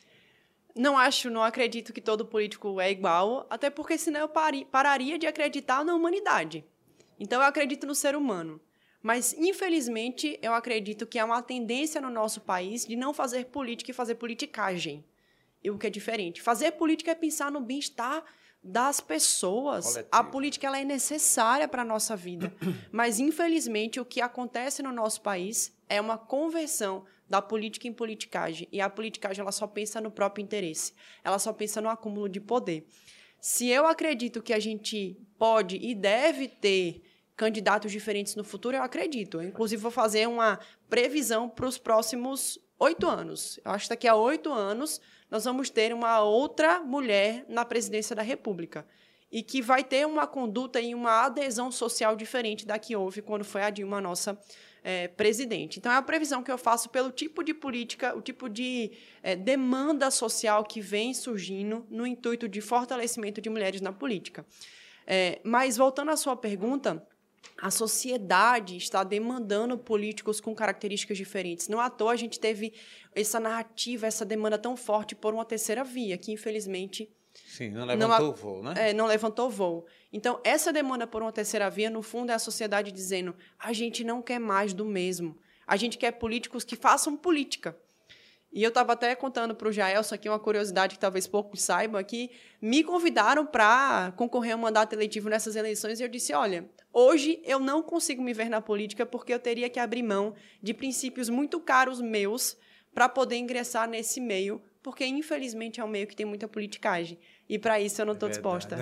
S2: Não acredito que todo político é igual, até porque senão eu pararia de acreditar na humanidade. Então, eu acredito no ser humano. Mas, infelizmente, eu acredito que há uma tendência no nosso país de não fazer política e fazer politicagem. E o que é diferente. Fazer política é pensar no bem-estar das pessoas.
S1: Coletivo.
S2: A política ela é necessária para a nossa vida. Mas, infelizmente, o que acontece no nosso país é uma conversão da política em politicagem. E a politicagem ela só pensa no próprio interesse. Ela só pensa no acúmulo de poder. Se eu acredito que a gente pode e deve ter candidatos diferentes no futuro, eu acredito. Eu, inclusive, vou fazer uma previsão para os próximos 8 anos. Eu acho que daqui a 8 anos nós vamos ter uma outra mulher na presidência da República e que vai ter uma conduta e uma adesão social diferente da que houve quando foi a Dilma, nossa presidente. Então, é a previsão que eu faço pelo tipo de política, o tipo de demanda social que vem surgindo no intuito de fortalecimento de mulheres na política. Mas, voltando à sua pergunta, a sociedade está demandando políticos com características diferentes. Não à toa a gente teve essa narrativa, essa demanda tão forte por uma terceira via, que, infelizmente...
S1: Sim, não levantou voo, né?
S2: Não levantou voo. Então, essa demanda por uma terceira via, no fundo, é a sociedade dizendo a gente não quer mais do mesmo. A gente quer políticos que façam política. E eu estava até contando para o Jaelson aqui uma curiosidade que talvez poucos saibam, que me convidaram para concorrer a um mandato eletivo nessas eleições e eu disse, olha, hoje eu não consigo me ver na política porque eu teria que abrir mão de princípios muito caros meus para poder ingressar nesse meio, porque, infelizmente, é um meio que tem muita politicagem. E, para isso, eu não estou disposta.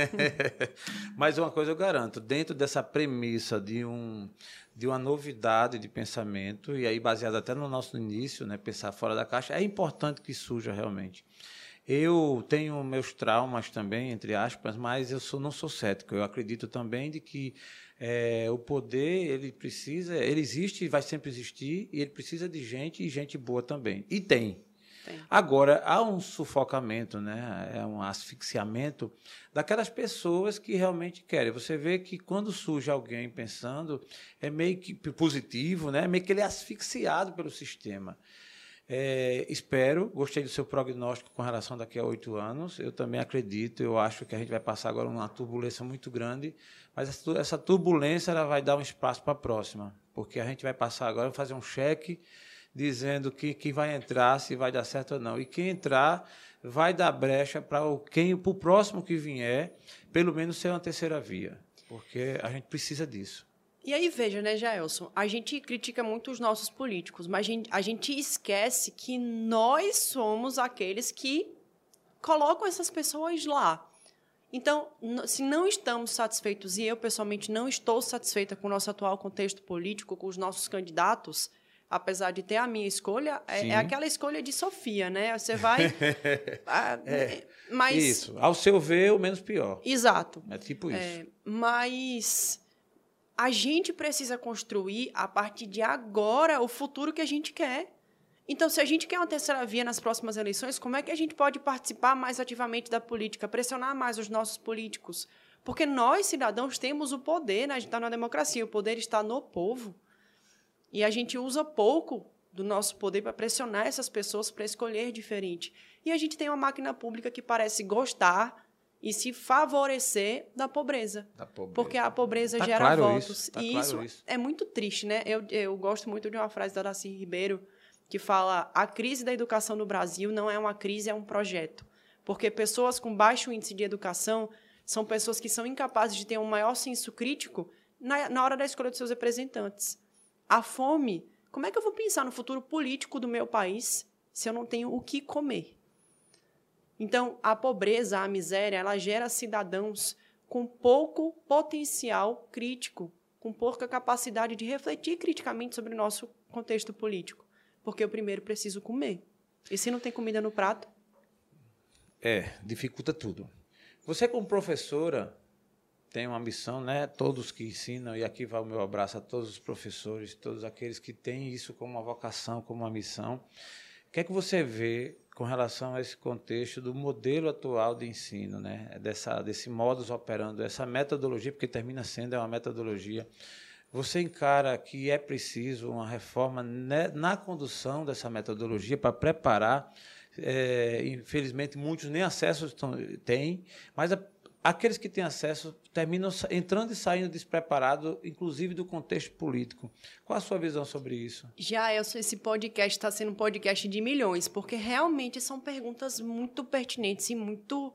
S1: Mas uma coisa eu garanto, dentro dessa premissa de uma novidade de pensamento, e aí baseado até no nosso início, né, pensar fora da caixa, é importante que surja realmente. Eu tenho meus traumas também, entre aspas, mas não sou cético. Eu acredito também de que o poder, ele existe e vai sempre existir, e ele precisa de gente e gente boa também. E tem. Agora, há um sufocamento, né? Um asfixiamento daquelas pessoas que realmente querem. Você vê que quando surge alguém pensando, é meio que positivo, né? Meio que ele é asfixiado pelo sistema. Gostei do seu prognóstico com relação daqui a 8 anos. Eu também acredito, eu acho que a gente vai passar agora uma turbulência muito grande, mas essa turbulência ela vai dar um espaço para a próxima, porque a gente vai passar agora, fazer um cheque dizendo que quem vai entrar, se vai dar certo ou não. E quem entrar vai dar brecha para o próximo que vier, pelo menos ser uma terceira via, porque a gente precisa disso.
S2: E aí, veja, né, Jaelson, a gente critica muito os nossos políticos, mas a gente esquece que nós somos aqueles que colocam essas pessoas lá. Então, se não estamos satisfeitos, e eu, pessoalmente, não estou satisfeita com o nosso atual contexto político, com os nossos candidatos, apesar de ter a minha escolha, é aquela escolha de Sofia, né? Você vai... mas,
S1: isso. Ao seu ver, o menos pior.
S2: Exato.
S1: É tipo isso.
S2: Mas a gente precisa construir, a partir de agora, o futuro que a gente quer. Então, se a gente quer uma terceira via nas próximas eleições, como é que a gente pode participar mais ativamente da política, pressionar mais os nossos políticos? Porque nós, cidadãos, temos o poder, né? A gente está na democracia, o poder está no povo. E a gente usa pouco do nosso poder para pressionar essas pessoas para escolher diferente. E a gente tem uma máquina pública que parece gostar e se favorecer da pobreza. Porque a pobreza gera votos. E isso é muito triste, né? Eu gosto muito de uma frase da Darcy Ribeiro, que fala: a crise da educação no Brasil não é uma crise, é um projeto. Porque pessoas com baixo índice de educação são pessoas que são incapazes de ter um maior senso crítico na hora da escolha dos seus representantes. A fome, como é que eu vou pensar no futuro político do meu país se eu não tenho o que comer? Então, a pobreza, a miséria, ela gera cidadãos com pouco potencial crítico, com pouca capacidade de refletir criticamente sobre o nosso contexto político. Porque eu primeiro preciso comer. E se não tem comida no prato?
S1: Dificulta tudo. Você, como professora, tem uma missão, né? Todos que ensinam, e aqui vai o meu abraço a todos os professores, todos aqueles que têm isso como uma vocação, como uma missão. O que é que você vê com relação a esse contexto do modelo atual de ensino, né? Desse modus operandi, essa metodologia, porque termina sendo uma metodologia. Você encara que é preciso uma reforma na condução dessa metodologia para preparar? Infelizmente, muitos nem acesso têm, mas aqueles que têm acesso terminam entrando e saindo despreparados, inclusive do contexto político. Qual a sua visão sobre isso?
S2: Esse podcast está sendo um podcast de milhões, porque realmente são perguntas muito pertinentes e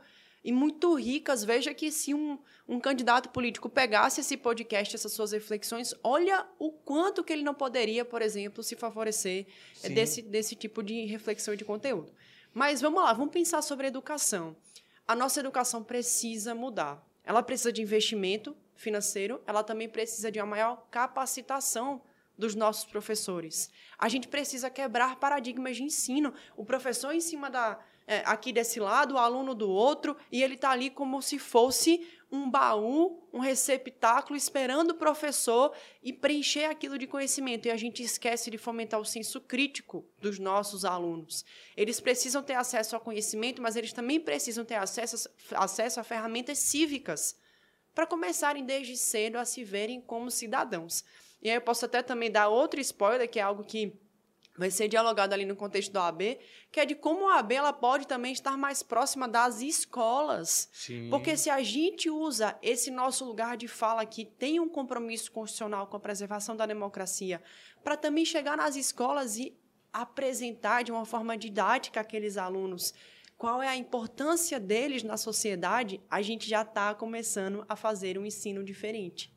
S2: muito ricas. Veja que se um candidato político pegasse esse podcast, essas suas reflexões, olha o quanto que ele não poderia, por exemplo, se favorecer desse tipo de reflexão e de conteúdo. Mas vamos lá, vamos pensar sobre a educação. A nossa educação precisa mudar. Ela precisa de investimento financeiro, ela também precisa de uma maior capacitação dos nossos professores. A gente precisa quebrar paradigmas de ensino. O professor em cima aqui desse lado, o aluno do outro, e ele está ali como se fosse um baú, um receptáculo, esperando o professor e preencher aquilo de conhecimento. E a gente esquece de fomentar o senso crítico dos nossos alunos. Eles precisam ter acesso ao conhecimento, mas eles também precisam ter acesso a ferramentas cívicas para começarem desde cedo a se verem como cidadãos. E aí eu posso até também dar outro spoiler, que é algo que vai ser dialogado ali no contexto da OAB, que é de como a OAB ela pode também estar mais próxima das escolas.
S1: Sim.
S2: Porque se a gente usa esse nosso lugar de fala aqui, tem um compromisso constitucional com a preservação da democracia, para também chegar nas escolas e apresentar de uma forma didática aqueles alunos qual é a importância deles na sociedade, a gente já está começando a fazer um ensino diferente.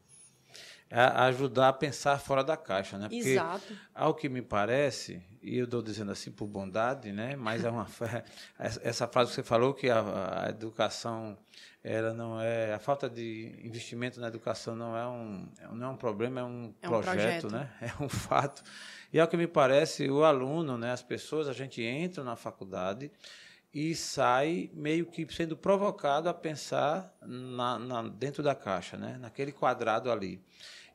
S1: Ajudar a pensar fora da caixa, né? Porque,
S2: exato,
S1: ao que me parece, e eu estou dizendo assim por bondade, né? Mas essa frase que você falou, que a educação, ela não é, a falta de investimento na educação não é um problema, é um projeto, né? É um fato. E ao que me parece, o aluno, né? As pessoas, a gente entra na faculdade e sai meio que sendo provocado a pensar dentro da caixa, né? Naquele quadrado ali.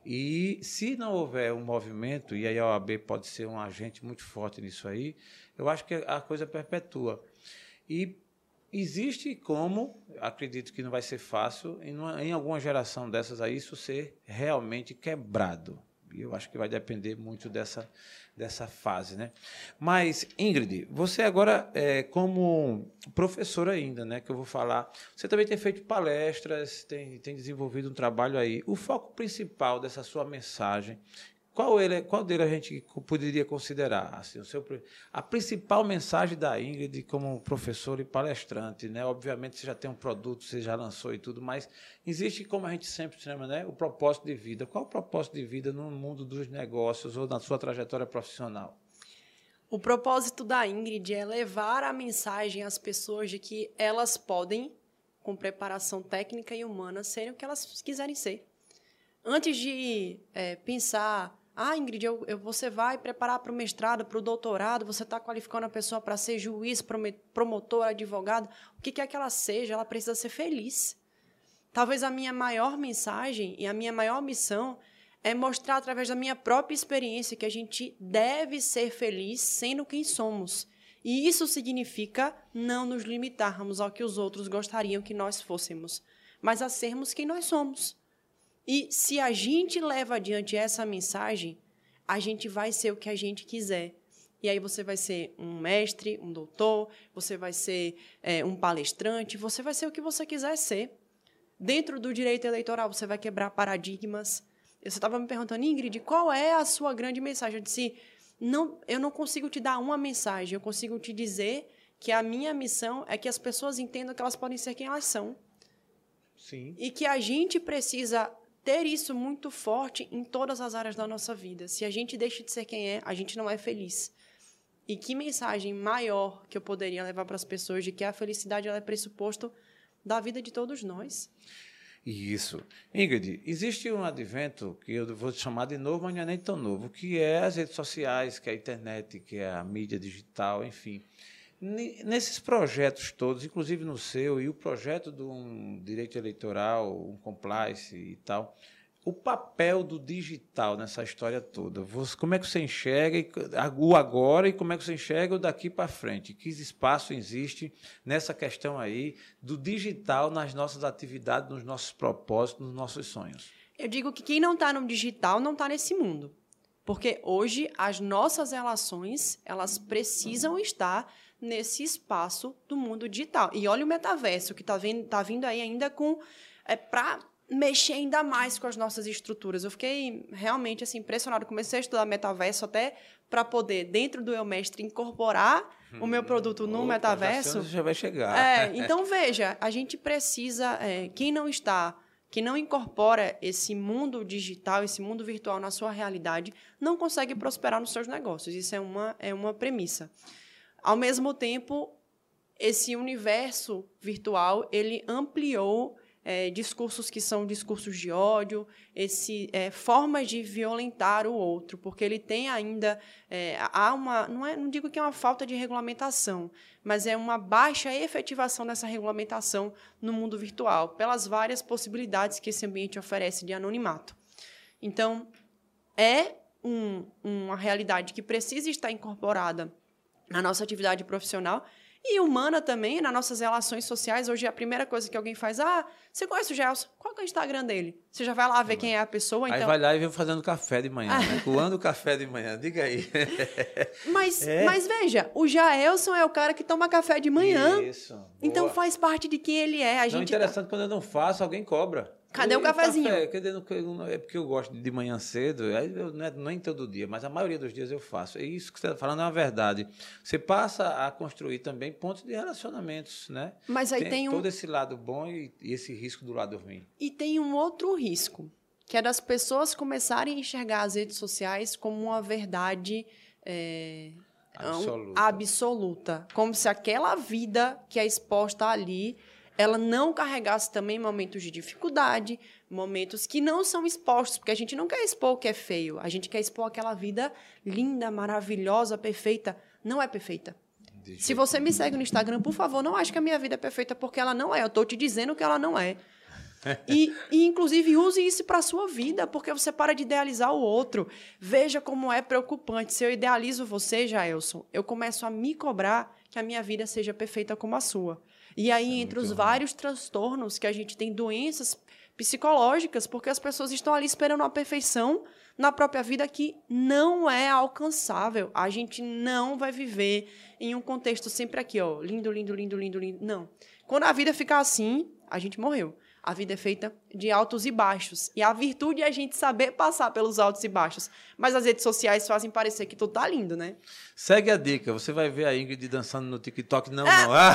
S1: E se não houver um movimento, e aí a OAB pode ser um agente muito forte nisso aí, eu acho que a coisa perpetua. E existe como, acredito que não vai ser fácil, em alguma geração dessas aí, isso ser realmente quebrado. E eu acho que vai depender muito dessa fase, né? Mas, Ingrid, você agora, como professora ainda, né, que eu vou falar, você também tem feito palestras, tem desenvolvido um trabalho aí. O foco principal dessa sua mensagem, qual dele a gente poderia considerar? Assim, a principal mensagem da Ingrid como professora e palestrante, né? Obviamente, você já tem um produto, você já lançou e tudo, mas existe, como a gente sempre chama, né? O propósito de vida. Qual o propósito de vida no mundo dos negócios ou na sua trajetória profissional?
S2: O propósito da Ingrid é levar a mensagem às pessoas de que elas podem, com preparação técnica e humana, serem o que elas quiserem ser. Antes de pensar Ingrid, você vai preparar para o mestrado, para o doutorado, você está qualificando a pessoa para ser juiz, promotor, advogado. O que quer que ela seja, ela precisa ser feliz. Talvez a minha maior mensagem e a minha maior missão é mostrar através da minha própria experiência que a gente deve ser feliz sendo quem somos. E isso significa não nos limitarmos ao que os outros gostariam que nós fôssemos, mas a sermos quem nós somos. E se a gente leva adiante essa mensagem, a gente vai ser o que a gente quiser. E aí você vai ser um mestre, um doutor, você vai ser um palestrante, você vai ser o que você quiser ser. Dentro do direito eleitoral, você vai quebrar paradigmas. Você estava me perguntando, Ingrid, qual é a sua grande mensagem? Eu disse, eu não consigo te dar uma mensagem, eu consigo te dizer que a minha missão é que as pessoas entendam que elas podem ser quem elas são.
S1: Sim.
S2: E que a gente precisa ter isso muito forte em todas as áreas da nossa vida. Se a gente deixa de ser quem é, a gente não é feliz. E que mensagem maior que eu poderia levar para as pessoas de que a felicidade ela é pressuposto da vida de todos nós.
S1: Isso. Ingrid, existe um advento que eu vou chamar de novo, mas não é nem tão novo, que é as redes sociais, que é a internet, que é a mídia digital, enfim. Nesses projetos todos, inclusive no seu, e o projeto do direito eleitoral, um compliance e tal, o papel do digital nessa história toda, como é que você enxerga o agora e como é que você enxerga o daqui para frente? Que espaço existe nessa questão aí do digital nas nossas atividades, nos nossos propósitos, nos nossos sonhos?
S2: Eu digo que quem não está no digital não está nesse mundo. Porque hoje as nossas relações, elas precisam estar nesse espaço do mundo digital. E olha o metaverso, que tá vindo aí ainda para mexer ainda mais com as nossas estruturas. Eu fiquei realmente assim, impressionado. Comecei a estudar metaverso até para poder, dentro do Eumestre, incorporar o meu produto no metaverso.
S1: Já vai chegar.
S2: Então, veja, a gente precisa... quem não incorpora esse mundo digital, esse mundo virtual na sua realidade, não consegue prosperar nos seus negócios. Isso é uma premissa. Ao mesmo tempo, esse universo virtual, ele ampliou discursos que são discursos de ódio, formas de violentar o outro, porque ele tem ainda... não digo que é uma falta de regulamentação, mas é uma baixa efetivação dessa regulamentação no mundo virtual, pelas várias possibilidades que esse ambiente oferece de anonimato. Então, é uma realidade que precisa estar incorporada na nossa atividade profissional e humana também, nas nossas relações sociais. Hoje, a primeira coisa que alguém faz, você conhece o Gelson? Qual que é o Instagram dele? Você já vai lá ver quem é a pessoa. Aí
S1: vai lá e vem fazendo café de manhã, né? Coando o café de manhã, diga aí.
S2: Mas veja, o Jaelson é o cara que toma café de manhã.
S1: Isso. Boa.
S2: Então faz parte de quem ele é.
S1: Interessante, quando eu não faço, alguém cobra.
S2: Cadê o cafezinho?
S1: Café? É porque eu gosto de manhã cedo, não é todo dia, mas a maioria dos dias eu faço. É isso que você está falando, é uma verdade. Você passa a construir também pontos de relacionamentos, né?
S2: Mas aí tem
S1: todo esse lado bom e esse risco do lado ruim.
S2: E tem um outro risco, que é das pessoas começarem a enxergar as redes sociais como uma verdade absoluta. Como se aquela vida que é exposta ali, ela não carregasse também momentos de dificuldade, momentos que não são expostos, porque a gente não quer expor o que é feio, a gente quer expor aquela vida linda, maravilhosa, perfeita. Não é perfeita. Se você me segue no Instagram, por favor, não ache que a minha vida é perfeita, porque ela não é. Eu estou te dizendo que ela não é. E inclusive, use isso para a sua vida, porque você para de idealizar o outro. Veja como é preocupante. Se eu idealizo você, Jaelson, eu começo a me cobrar que a minha vida seja perfeita como a sua. E aí, entre os vários transtornos que a gente tem, doenças psicológicas, porque as pessoas estão ali esperando uma perfeição na própria vida que não é alcançável. A gente não vai viver em um contexto sempre aqui, lindo, lindo, lindo, lindo, lindo. Não. Quando a vida ficar assim, a gente morreu. A vida é feita de altos e baixos. E a virtude é a gente saber passar pelos altos e baixos. Mas as redes sociais fazem parecer que tudo tá lindo, né?
S1: Segue a dica. Você vai ver a Ingrid dançando no TikTok. Não.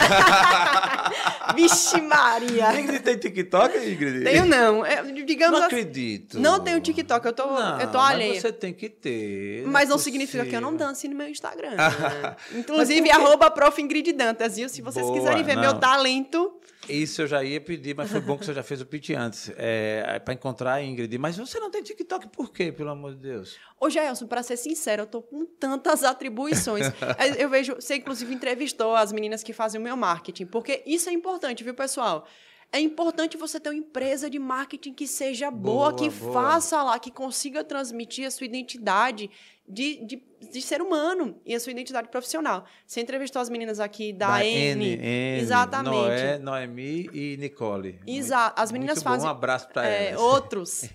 S2: Vixe Maria!
S1: Ingrid tem TikTok, Ingrid?
S2: Tenho não. Digamos
S1: não acredito.
S2: Não tenho TikTok. Eu tô alheia.
S1: Mas você tem que ter.
S2: Mas não significa que eu não dance no meu Instagram. Né? Inclusive, @Prof. Ingrid Dantas, viu? Se vocês quiserem ver meu talento...
S1: Isso eu já ia pedir, mas foi bom que você já fez o pitch antes, para encontrar a Ingrid. Mas você não tem TikTok por quê, pelo amor de Deus?
S2: Ô, Gelson, para ser sincero, eu tô com tantas atribuições. Eu vejo, você inclusive entrevistou as meninas que fazem o meu marketing, porque isso é importante, viu, pessoal? É importante você ter uma empresa de marketing que seja boa, que faça lá, que consiga transmitir a sua identidade de ser humano e a sua identidade profissional. Você entrevistou as meninas aqui da N. Exatamente.
S1: Noemi e Nicole.
S2: Exato. As meninas
S1: muito
S2: fazem...
S1: bom. Um abraço para elas.
S2: Outros.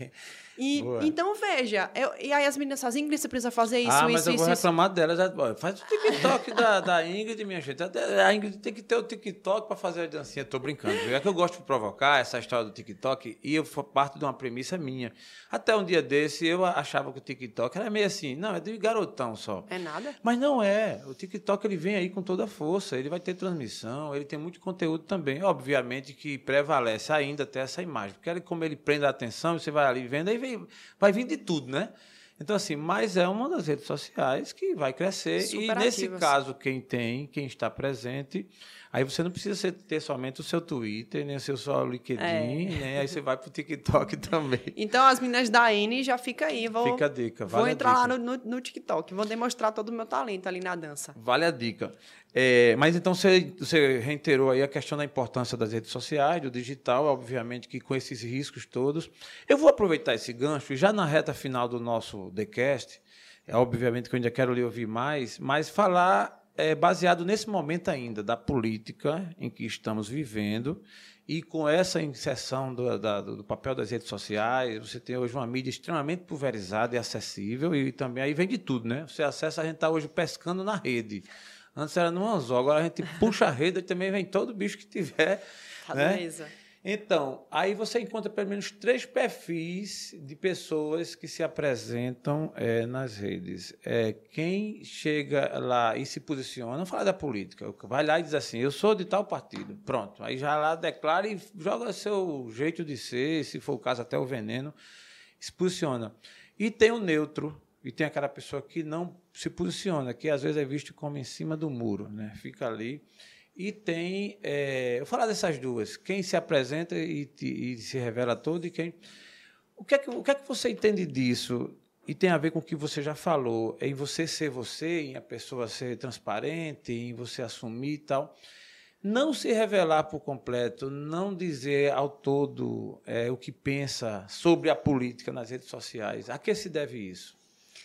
S2: Então, veja, e aí as meninas fazem, Ingrid, você precisa fazer isso,
S1: mas eu vou reclamar delas. Faz o TikTok da Ingrid, minha gente. A Ingrid tem que ter o TikTok para fazer a dancinha. Tô brincando. É que eu gosto de provocar essa história do TikTok e eu parto de uma premissa minha. Até um dia desse, eu achava que o TikTok era meio assim, não, é de garotão só.
S2: É nada?
S1: Mas não é. O TikTok ele vem aí com toda a força. Ele vai ter transmissão, ele tem muito conteúdo também. Obviamente que prevalece ainda ter essa imagem. Porque como ele prende a atenção, você vai ali vendo, aí vai vir de tudo, né? Então, assim, mas é uma das redes sociais que vai crescer.
S2: Super
S1: e, nesse
S2: ativas.
S1: caso, quem está presente, aí você não precisa ter somente o seu Twitter, nem o seu só LinkedIn, né? Aí você vai para o TikTok também.
S2: Então, as meninas da N já fica aí.
S1: Fica a dica.
S2: Vou entrar lá no TikTok, vou demonstrar todo o meu talento ali na dança.
S1: Vale a dica. Mas então você reiterou aí a questão da importância das redes sociais, do digital, obviamente que com esses riscos todos. Eu vou aproveitar esse gancho e já na reta final do nosso TheCast, obviamente que eu ainda quero lhe ouvir mais, mas falar baseado nesse momento ainda da política em que estamos vivendo e com essa inserção do papel das redes sociais. Você tem hoje uma mídia extremamente pulverizada e acessível e também aí vem de tudo, né? Você acessa, a gente está hoje pescando na rede. Antes era no anzol, agora a gente puxa a rede e também vem todo bicho que tiver.
S2: Beleza.
S1: Então, aí você encontra pelo menos 3 perfis de pessoas que se apresentam nas redes. Quem chega lá e se posiciona, não fala da política, vai lá e diz assim, eu sou de tal partido. Pronto, aí já lá declara e joga seu jeito de ser, se for o caso até o veneno, se posiciona. E tem o neutro, e tem aquela pessoa que não se posiciona, que às vezes é visto como em cima do muro, né? Fica ali. E tem... eu vou falar dessas duas. Quem se apresenta e se revela todo e quem... O que é que você entende disso? E tem a ver com o que você já falou, em você ser você, em a pessoa ser transparente, em você assumir e tal. Não se revelar por completo, não dizer ao todo o que pensa sobre a política nas redes sociais. A que se deve isso?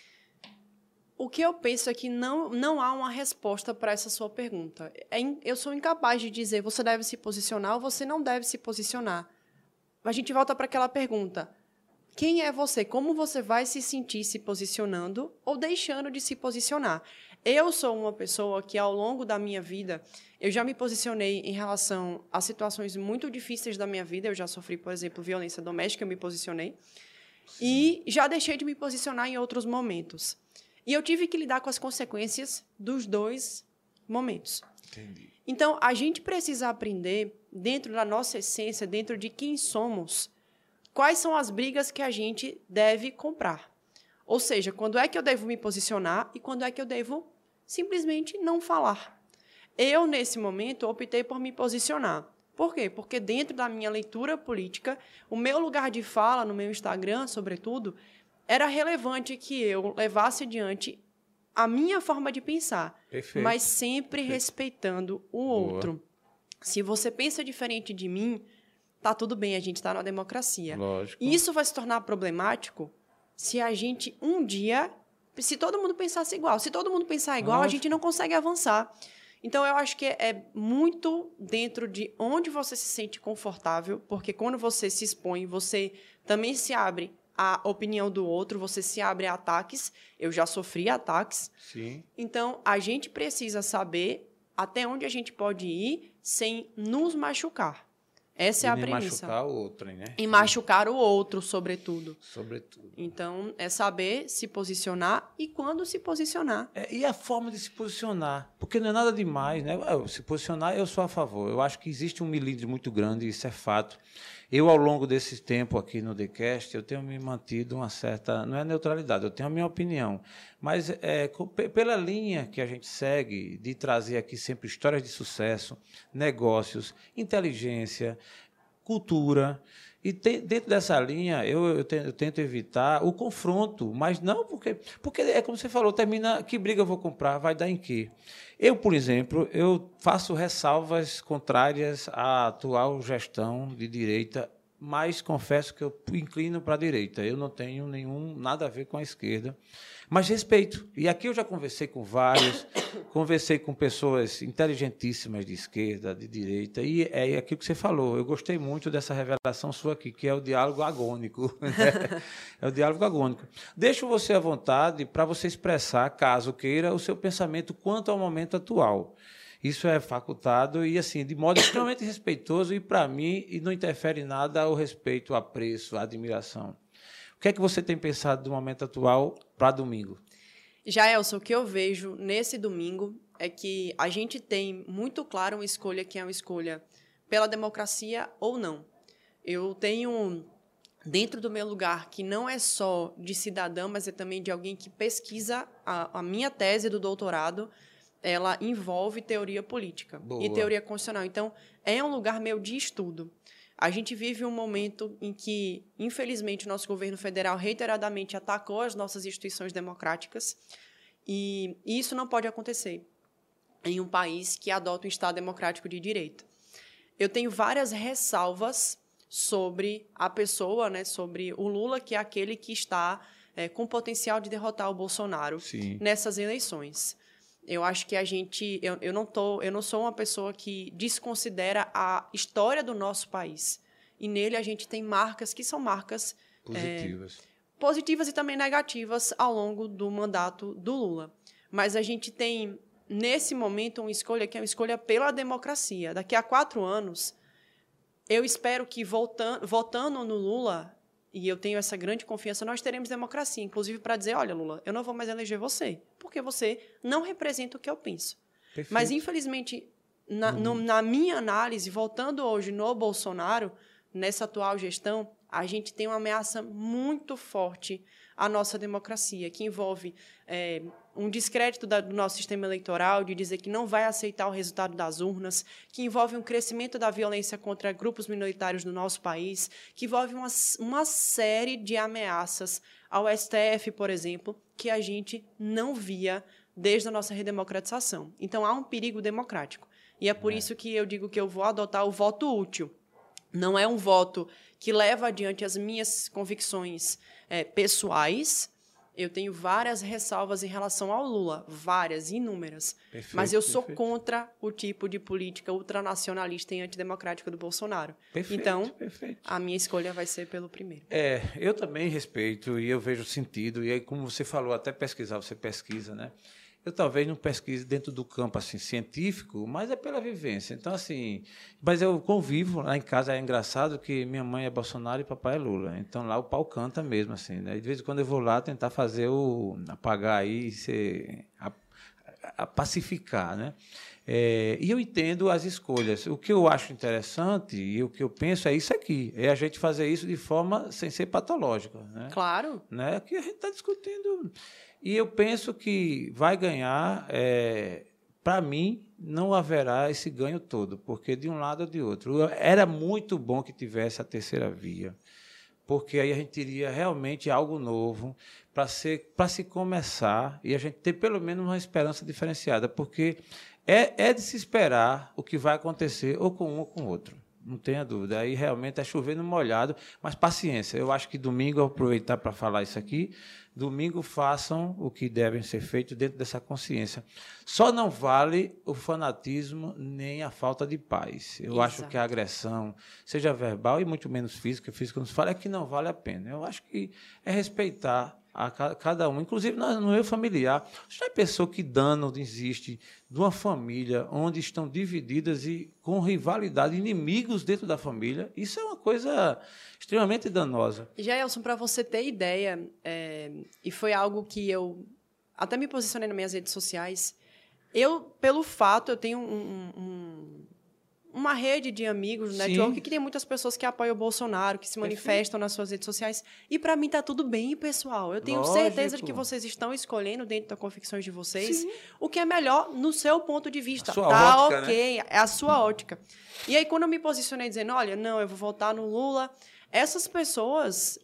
S2: O que eu penso é que não há uma resposta para essa sua pergunta. Eu sou incapaz de dizer você deve se posicionar ou você não deve se posicionar. A gente volta para aquela pergunta. Quem é você? Como você vai se sentir se posicionando ou deixando de se posicionar? Eu sou uma pessoa que, ao longo da minha vida, eu já me posicionei em relação a situações muito difíceis da minha vida. Eu já sofri, por exemplo, violência doméstica, eu me posicionei. Sim. E já deixei de me posicionar em outros momentos. E eu tive que lidar com as consequências dos 2 momentos.
S1: Entendi.
S2: Então, a gente precisa aprender, dentro da nossa essência, dentro de quem somos, quais são as brigas que a gente deve comprar. Ou seja, quando é que eu devo me posicionar e quando é que eu devo simplesmente não falar. Eu, nesse momento, optei por me posicionar. Por quê? Porque dentro da minha leitura política, o meu lugar de fala, no meu Instagram, sobretudo, era relevante que eu levasse adiante a minha forma de pensar,
S1: Perfeito.
S2: Mas sempre respeitando o outro.
S1: Boa.
S2: Se você pensa diferente de mim, tá tudo bem, a gente está na democracia.
S1: Lógico.
S2: E isso vai se tornar problemático se a gente, um dia, se todo mundo pensasse igual. Se todo mundo pensar igual, Lógico. A gente não consegue avançar. Então, eu acho que é muito dentro de onde você se sente confortável, porque quando você se expõe, você também se abre a opinião do outro, você se abre a ataques. Eu já sofri ataques.
S1: Sim.
S2: Então, a gente precisa saber até onde a gente pode ir sem nos machucar. Essa é a premissa.
S1: E machucar o outro, né?
S2: E machucar o outro, sobretudo.
S1: Sobretudo.
S2: Então, é saber se posicionar e quando se posicionar.
S1: E a forma de se posicionar. Porque não é nada demais, né? Se posicionar, eu sou a favor. Eu acho que existe um milímetro muito grande, isso é fato. Eu, ao longo desse tempo aqui no TheCast, eu tenho me mantido uma certa, não é neutralidade, eu tenho a minha opinião, mas pela linha que a gente segue de trazer aqui sempre histórias de sucesso, negócios, inteligência, cultura. E dentro dessa linha, eu tento evitar o confronto, mas não porque é como você falou, termina, que briga eu vou comprar, vai dar em quê? Eu, por exemplo, eu faço ressalvas contrárias à atual gestão de direita, mas confesso que eu inclino para a direita. Eu não tenho nada a ver com a esquerda, mas respeito. E aqui eu já conversei com vários, conversei com pessoas inteligentíssimas de esquerda, de direita, e é aquilo que você falou. Eu gostei muito dessa revelação sua aqui, que é o diálogo agônico. Né? É o diálogo agônico. Deixo você à vontade para você expressar, caso queira, o seu pensamento quanto ao momento atual. Isso é facultado e, assim, de modo extremamente respeitoso e, para mim, e não interfere em nada ao respeito, apreço, admiração. O que é que você tem pensado do momento atual para domingo?
S2: Jaelson, o que eu vejo nesse domingo é que a gente tem muito claro uma escolha que é uma escolha pela democracia ou não. Eu tenho, dentro do meu lugar, que não é só de cidadão, mas é também de alguém que pesquisa a minha tese do doutorado, ela envolve teoria política e teoria constitucional. Então, é um lugar meu de estudo. A gente vive um momento em que, infelizmente, o nosso governo federal reiteradamente atacou as nossas instituições democráticas e isso não pode acontecer em um país que adota um Estado democrático de direito. Eu tenho várias ressalvas sobre a pessoa, né, sobre o Lula, que é aquele que está com potencial de derrotar o Bolsonaro nessas eleições. Eu acho que a gente... Eu não sou uma pessoa que desconsidera a história do nosso país. E nele a gente tem marcas que são marcas... positivas e também negativas ao longo do mandato do Lula. Mas a gente tem, nesse momento, uma escolha que é uma escolha pela democracia. Daqui a 4 anos, eu espero que, votando no Lula, e eu tenho essa grande confiança, nós teremos democracia, inclusive para dizer, olha, Lula, eu não vou mais eleger você, porque você não representa o que eu penso. Perfeito. Mas, infelizmente, na minha análise, voltando hoje no Bolsonaro, nessa atual gestão, a gente tem uma ameaça muito forte à nossa democracia, que envolve um descrédito do nosso sistema eleitoral, de dizer que não vai aceitar o resultado das urnas, que envolve um crescimento da violência contra grupos minoritários no nosso país, que envolve uma série de ameaças ao STF, por exemplo, que a gente não via desde a nossa redemocratização. Então, há um perigo democrático. E é por isso que eu digo que eu vou adotar o voto útil. Não é um voto que leva adiante as minhas convicções pessoais. Eu tenho várias ressalvas em relação ao Lula, várias, inúmeras. Perfeito, mas eu sou contra o tipo de política ultranacionalista e antidemocrática do Bolsonaro. Então, a minha escolha vai ser pelo primeiro.
S1: Eu também respeito e eu vejo sentido. E aí, como você falou, até pesquisar, você pesquisa, né? Eu talvez não pesquise dentro do campo assim, científico, mas é pela vivência. Então, assim, mas eu convivo lá em casa. É engraçado que minha mãe é Bolsonaro e papai é Lula. Então, lá o pau canta mesmo, assim, né? De vez em quando eu vou lá tentar fazer apagar aí, a pacificar, né? E eu entendo as escolhas. O que eu acho interessante e o que eu penso é isso aqui, é a gente fazer isso de forma sem ser patológica, né?
S2: Claro.
S1: Né? Aqui a gente está discutindo. E eu penso que vai ganhar, para mim, não haverá esse ganho todo, porque de um lado ou de outro. Era muito bom que tivesse a terceira via, porque aí a gente teria realmente algo novo para se começar e a gente ter pelo menos uma esperança diferenciada, porque é de se esperar o que vai acontecer ou com um ou com o outro. Não tenha dúvida. Aí realmente é chover no molhado, mas paciência. Eu acho que domingo, eu vou aproveitar para falar isso aqui, domingo façam o que devem ser feito dentro dessa consciência. Só não vale o fanatismo nem a falta de paz. Eu acho que a agressão, seja verbal e muito menos física nos fala, é que não vale a pena. Eu acho que é respeitar a cada um, inclusive no meu familiar. Você já pensou que dano existe de uma família onde estão divididas e com rivalidade, inimigos dentro da família? Isso é uma coisa extremamente danosa.
S2: Jaelson, para você ter ideia, e foi algo que eu até me posicionei nas minhas redes sociais, eu tenho uma rede de amigos, network, que tem muitas pessoas que apoiam o Bolsonaro, que se manifestam nas suas redes sociais. E para mim tá tudo bem, pessoal. Eu tenho certeza de que vocês estão escolhendo dentro das convicções de vocês o que é melhor no seu ponto de vista.
S1: A sua
S2: tá
S1: ótica,
S2: ok,
S1: né?
S2: é a sua ótica. E aí, quando eu me posicionei dizendo, olha, não, eu vou votar no Lula, essas pessoas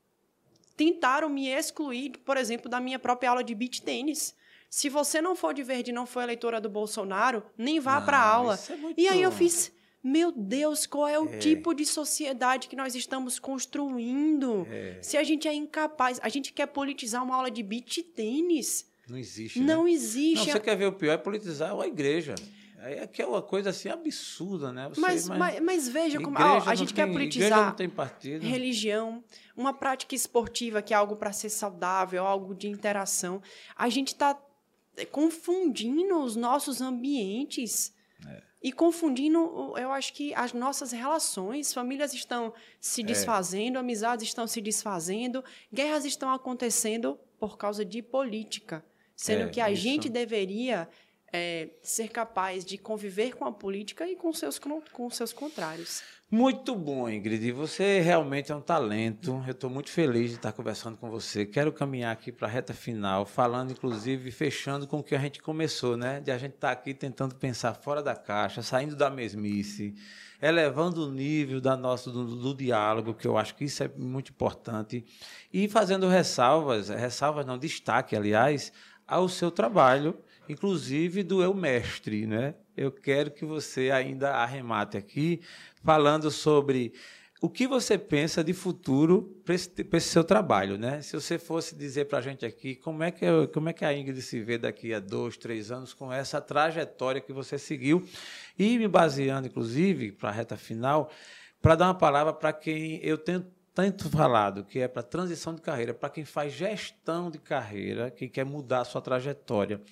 S2: tentaram me excluir, por exemplo, da minha própria aula de beach tênis. Se você não for de verde e não for eleitora do Bolsonaro, nem vá para a aula. E aí eu fiz, meu Deus, qual é o tipo de sociedade que nós estamos construindo? Se a gente é incapaz, a gente quer politizar uma aula de beach tênis.
S1: Não existe,
S2: Não
S1: né?
S2: existe.
S1: Não, você quer ver o pior é politizar a igreja. É que é uma coisa assim absurda, né?
S2: Mas veja como a gente quer politizar
S1: não tem partido.
S2: Religião, uma prática esportiva que é algo para ser saudável, algo de interação. A gente está confundindo os nossos ambientes e confundindo, eu acho que as nossas relações. Famílias estão se desfazendo, amizades estão se desfazendo, guerras estão acontecendo por causa de política, sendo que a gente deveria ser capaz de conviver com a política e com seus contrários.
S1: Muito bom, Ingrid. Você realmente é um talento. Eu estou muito feliz de estar conversando com você. Quero caminhar aqui para a reta final, falando, inclusive, fechando com o que a gente começou, né? De a gente estar aqui tentando pensar fora da caixa, saindo da mesmice, elevando o nível do diálogo, que eu acho que isso é muito importante, e fazendo ressalvas não, destaque, aliás, ao seu trabalho, inclusive do Eu Mestre, né? Eu quero que você ainda arremate aqui falando sobre o que você pensa de futuro para esse seu trabalho, né? Se você fosse dizer para a gente aqui como é que a Ingrid se vê daqui a 2, 3 anos com essa trajetória que você seguiu, e me baseando, inclusive, para a reta final, para dar uma palavra para quem eu tenho tanto falado, que é para transição de carreira, para quem faz gestão de carreira, que quer mudar a sua trajetória.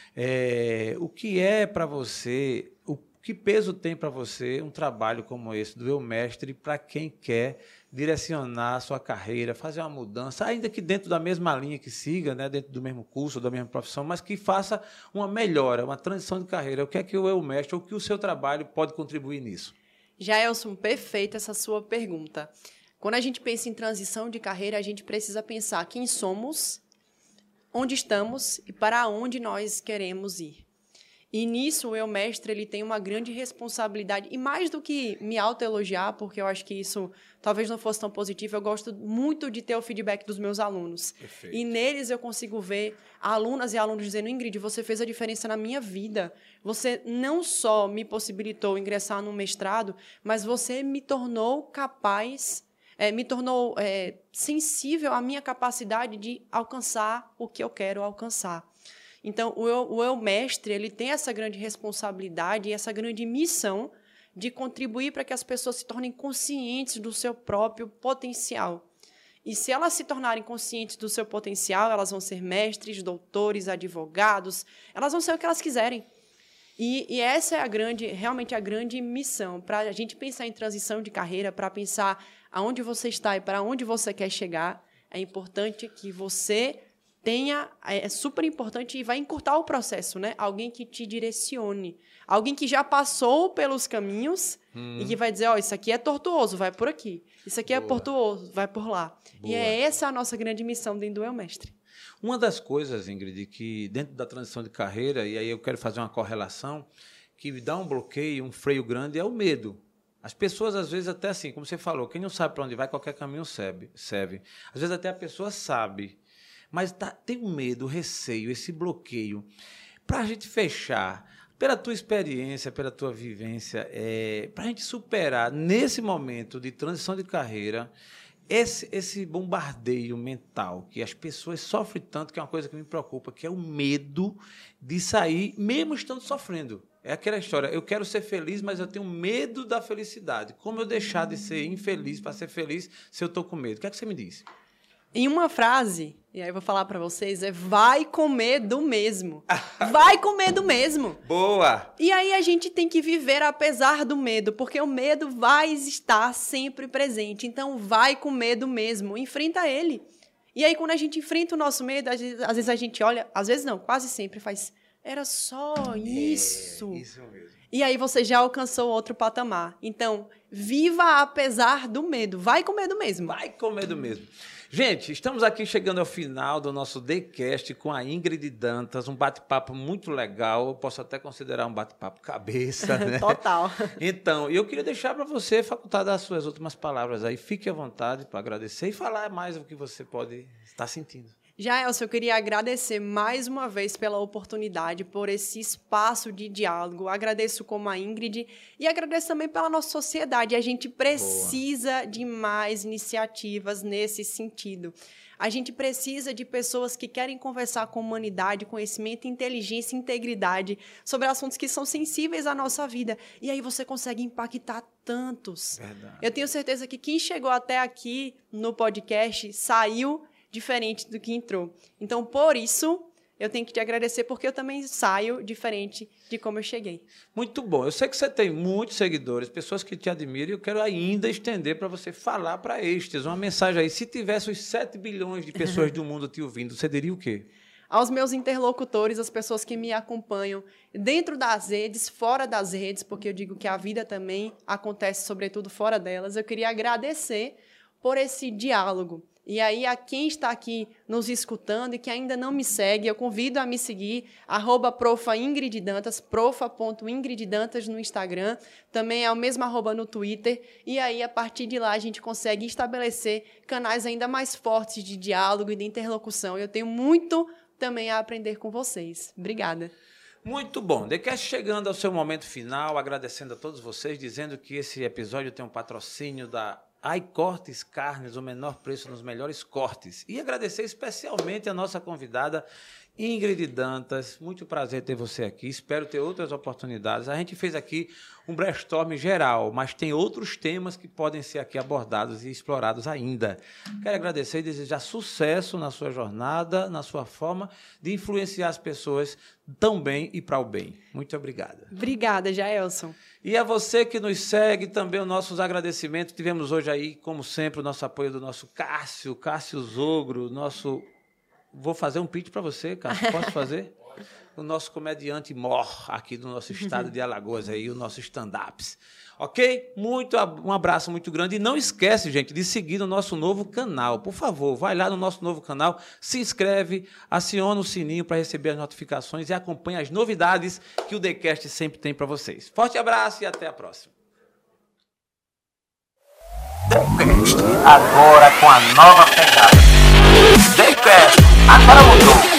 S1: O que é para você, que peso tem para você um trabalho como esse do Eu Mestre para quem quer direcionar a sua carreira, fazer uma mudança, ainda que dentro da mesma linha que siga, né, dentro do mesmo curso, da mesma profissão, mas que faça uma melhora, uma transição de carreira? O que é que o Eu Mestre, ou que o seu trabalho pode contribuir nisso?
S2: Jaelson, perfeita essa sua pergunta. Quando a gente pensa em transição de carreira, a gente precisa pensar quem somos, onde estamos e para onde nós queremos ir. E nisso, o Eu Mestre ele tem uma grande responsabilidade. E mais do que me autoelogiar, porque eu acho que isso talvez não fosse tão positivo, eu gosto muito de ter o feedback dos meus alunos.
S1: Perfeito.
S2: E neles eu consigo ver alunas e alunos dizendo, Ingrid, você fez a diferença na minha vida. Você não só me possibilitou ingressar no mestrado, mas você me tornou capaz... me tornou sensível à minha capacidade de alcançar o que eu quero alcançar. Então, o Eu Mestre ele tem essa grande responsabilidade e essa grande missão de contribuir para que as pessoas se tornem conscientes do seu próprio potencial. E se elas se tornarem conscientes do seu potencial, elas vão ser mestres, doutores, advogados, elas vão ser o que elas quiserem. E essa é realmente a grande missão, para a gente pensar em transição de carreira, para pensar aonde você está e para onde você quer chegar. É importante que você tenha, é super importante e vai encurtar o processo, né? Alguém que te direcione, alguém que já passou pelos caminhos e que vai dizer, isso aqui é tortuoso, vai por aqui. Isso aqui é tortuoso, vai por lá. Boa. E essa a nossa grande missão dentro do Eu Mestre.
S1: Uma das coisas, Ingrid, que dentro da transição de carreira, e aí eu quero fazer uma correlação, que me dá um bloqueio, um freio grande, é o medo. As pessoas, às vezes, até assim, como você falou, quem não sabe para onde vai, qualquer caminho serve. Às vezes até a pessoa sabe, mas tem um medo, o receio, esse bloqueio. Para a gente fechar, pela tua experiência, pela tua vivência, para a gente superar, nesse momento de transição de carreira, esse bombardeio mental que as pessoas sofrem tanto, que é uma coisa que me preocupa, que é o medo de sair, mesmo estando sofrendo. É aquela história, eu quero ser feliz, mas eu tenho medo da felicidade. Como eu deixar de ser infeliz para ser feliz se eu estou com medo? O que é que você me diz?
S2: Em uma frase, e aí eu vou falar para vocês, vai com medo mesmo. Vai com medo mesmo.
S1: Boa!
S2: E aí a gente tem que viver apesar do medo, porque o medo vai estar sempre presente. Então, vai com medo mesmo, enfrenta ele. E aí, quando a gente enfrenta o nosso medo, às vezes a gente olha, às vezes não, quase sempre faz, Era só isso.
S1: Isso mesmo.
S2: E aí você já alcançou outro patamar. Então, viva apesar do medo. Vai com medo mesmo.
S1: Vai com medo mesmo. Gente, estamos aqui chegando ao final do nosso TheCast com a Ingrid Dantas, um bate-papo muito legal, eu posso até considerar um bate-papo cabeça, né?
S2: Total.
S1: Então, eu queria deixar para você facultar as suas últimas palavras aí, fique à vontade para agradecer e falar mais o que você pode estar sentindo.
S2: Jaelson, eu queria agradecer mais uma vez pela oportunidade, por esse espaço de diálogo. Agradeço como a Ingrid e agradeço também pela nossa sociedade. A gente precisa de mais iniciativas nesse sentido. A gente precisa de pessoas que querem conversar com humanidade, conhecimento, inteligência e integridade sobre assuntos que são sensíveis à nossa vida. E aí você consegue impactar tantos.
S1: Verdade.
S2: Eu tenho certeza que quem chegou até aqui no podcast saiu diferente do que entrou. Então, por isso, eu tenho que te agradecer, porque eu também saio diferente de como eu cheguei.
S1: Muito bom. Eu sei que você tem muitos seguidores, pessoas que te admiram, e eu quero ainda estender para você falar para estes uma mensagem aí. Se tivesse os 7 bilhões de pessoas do mundo te ouvindo, você diria o quê?
S2: Aos meus interlocutores, as pessoas que me acompanham dentro das redes, fora das redes, porque eu digo que a vida também acontece, sobretudo, fora delas, eu queria agradecer por esse diálogo. E aí, a quem está aqui nos escutando e que ainda não me segue, eu convido a me seguir, @profa_ingriddantas, profa.ingriddantas no Instagram, também é o mesmo @ no Twitter, e aí, a partir de lá, a gente consegue estabelecer canais ainda mais fortes de diálogo e de interlocução. Eu tenho muito também a aprender com vocês. Obrigada.
S1: Muito bom. TheCast chegando ao seu momento final, agradecendo a todos vocês, dizendo que esse episódio tem um patrocínio da iCortes Carnes, o menor preço nos melhores cortes. E agradecer especialmente a nossa convidada, Ingrid Dantas. Muito prazer ter você aqui. Espero ter outras oportunidades. A gente fez aqui um brainstorm geral, mas tem outros temas que podem ser aqui abordados e explorados ainda. Quero agradecer e desejar sucesso na sua jornada, na sua forma de influenciar as pessoas tão bem e para o bem. Muito obrigado.
S2: Obrigada, Jaelson.
S1: E a você que nos segue, também os nossos agradecimentos. Tivemos hoje aí, como sempre, o nosso apoio do nosso Cássio Zogro, nosso... Vou fazer um pitch para você, Cássio. Posso fazer? O nosso comediante mor aqui do nosso estado de Alagoas, aí, o nosso stand-ups. Ok? Um abraço muito grande. E não esquece, gente, de seguir o nosso novo canal. Por favor, vai lá no nosso novo canal, se inscreve, aciona o sininho para receber as notificações e acompanhe as novidades que o TheCast sempre tem para vocês. Forte abraço e até a próxima. TheCast, agora com a nova pegada. TheCast, agora mudou.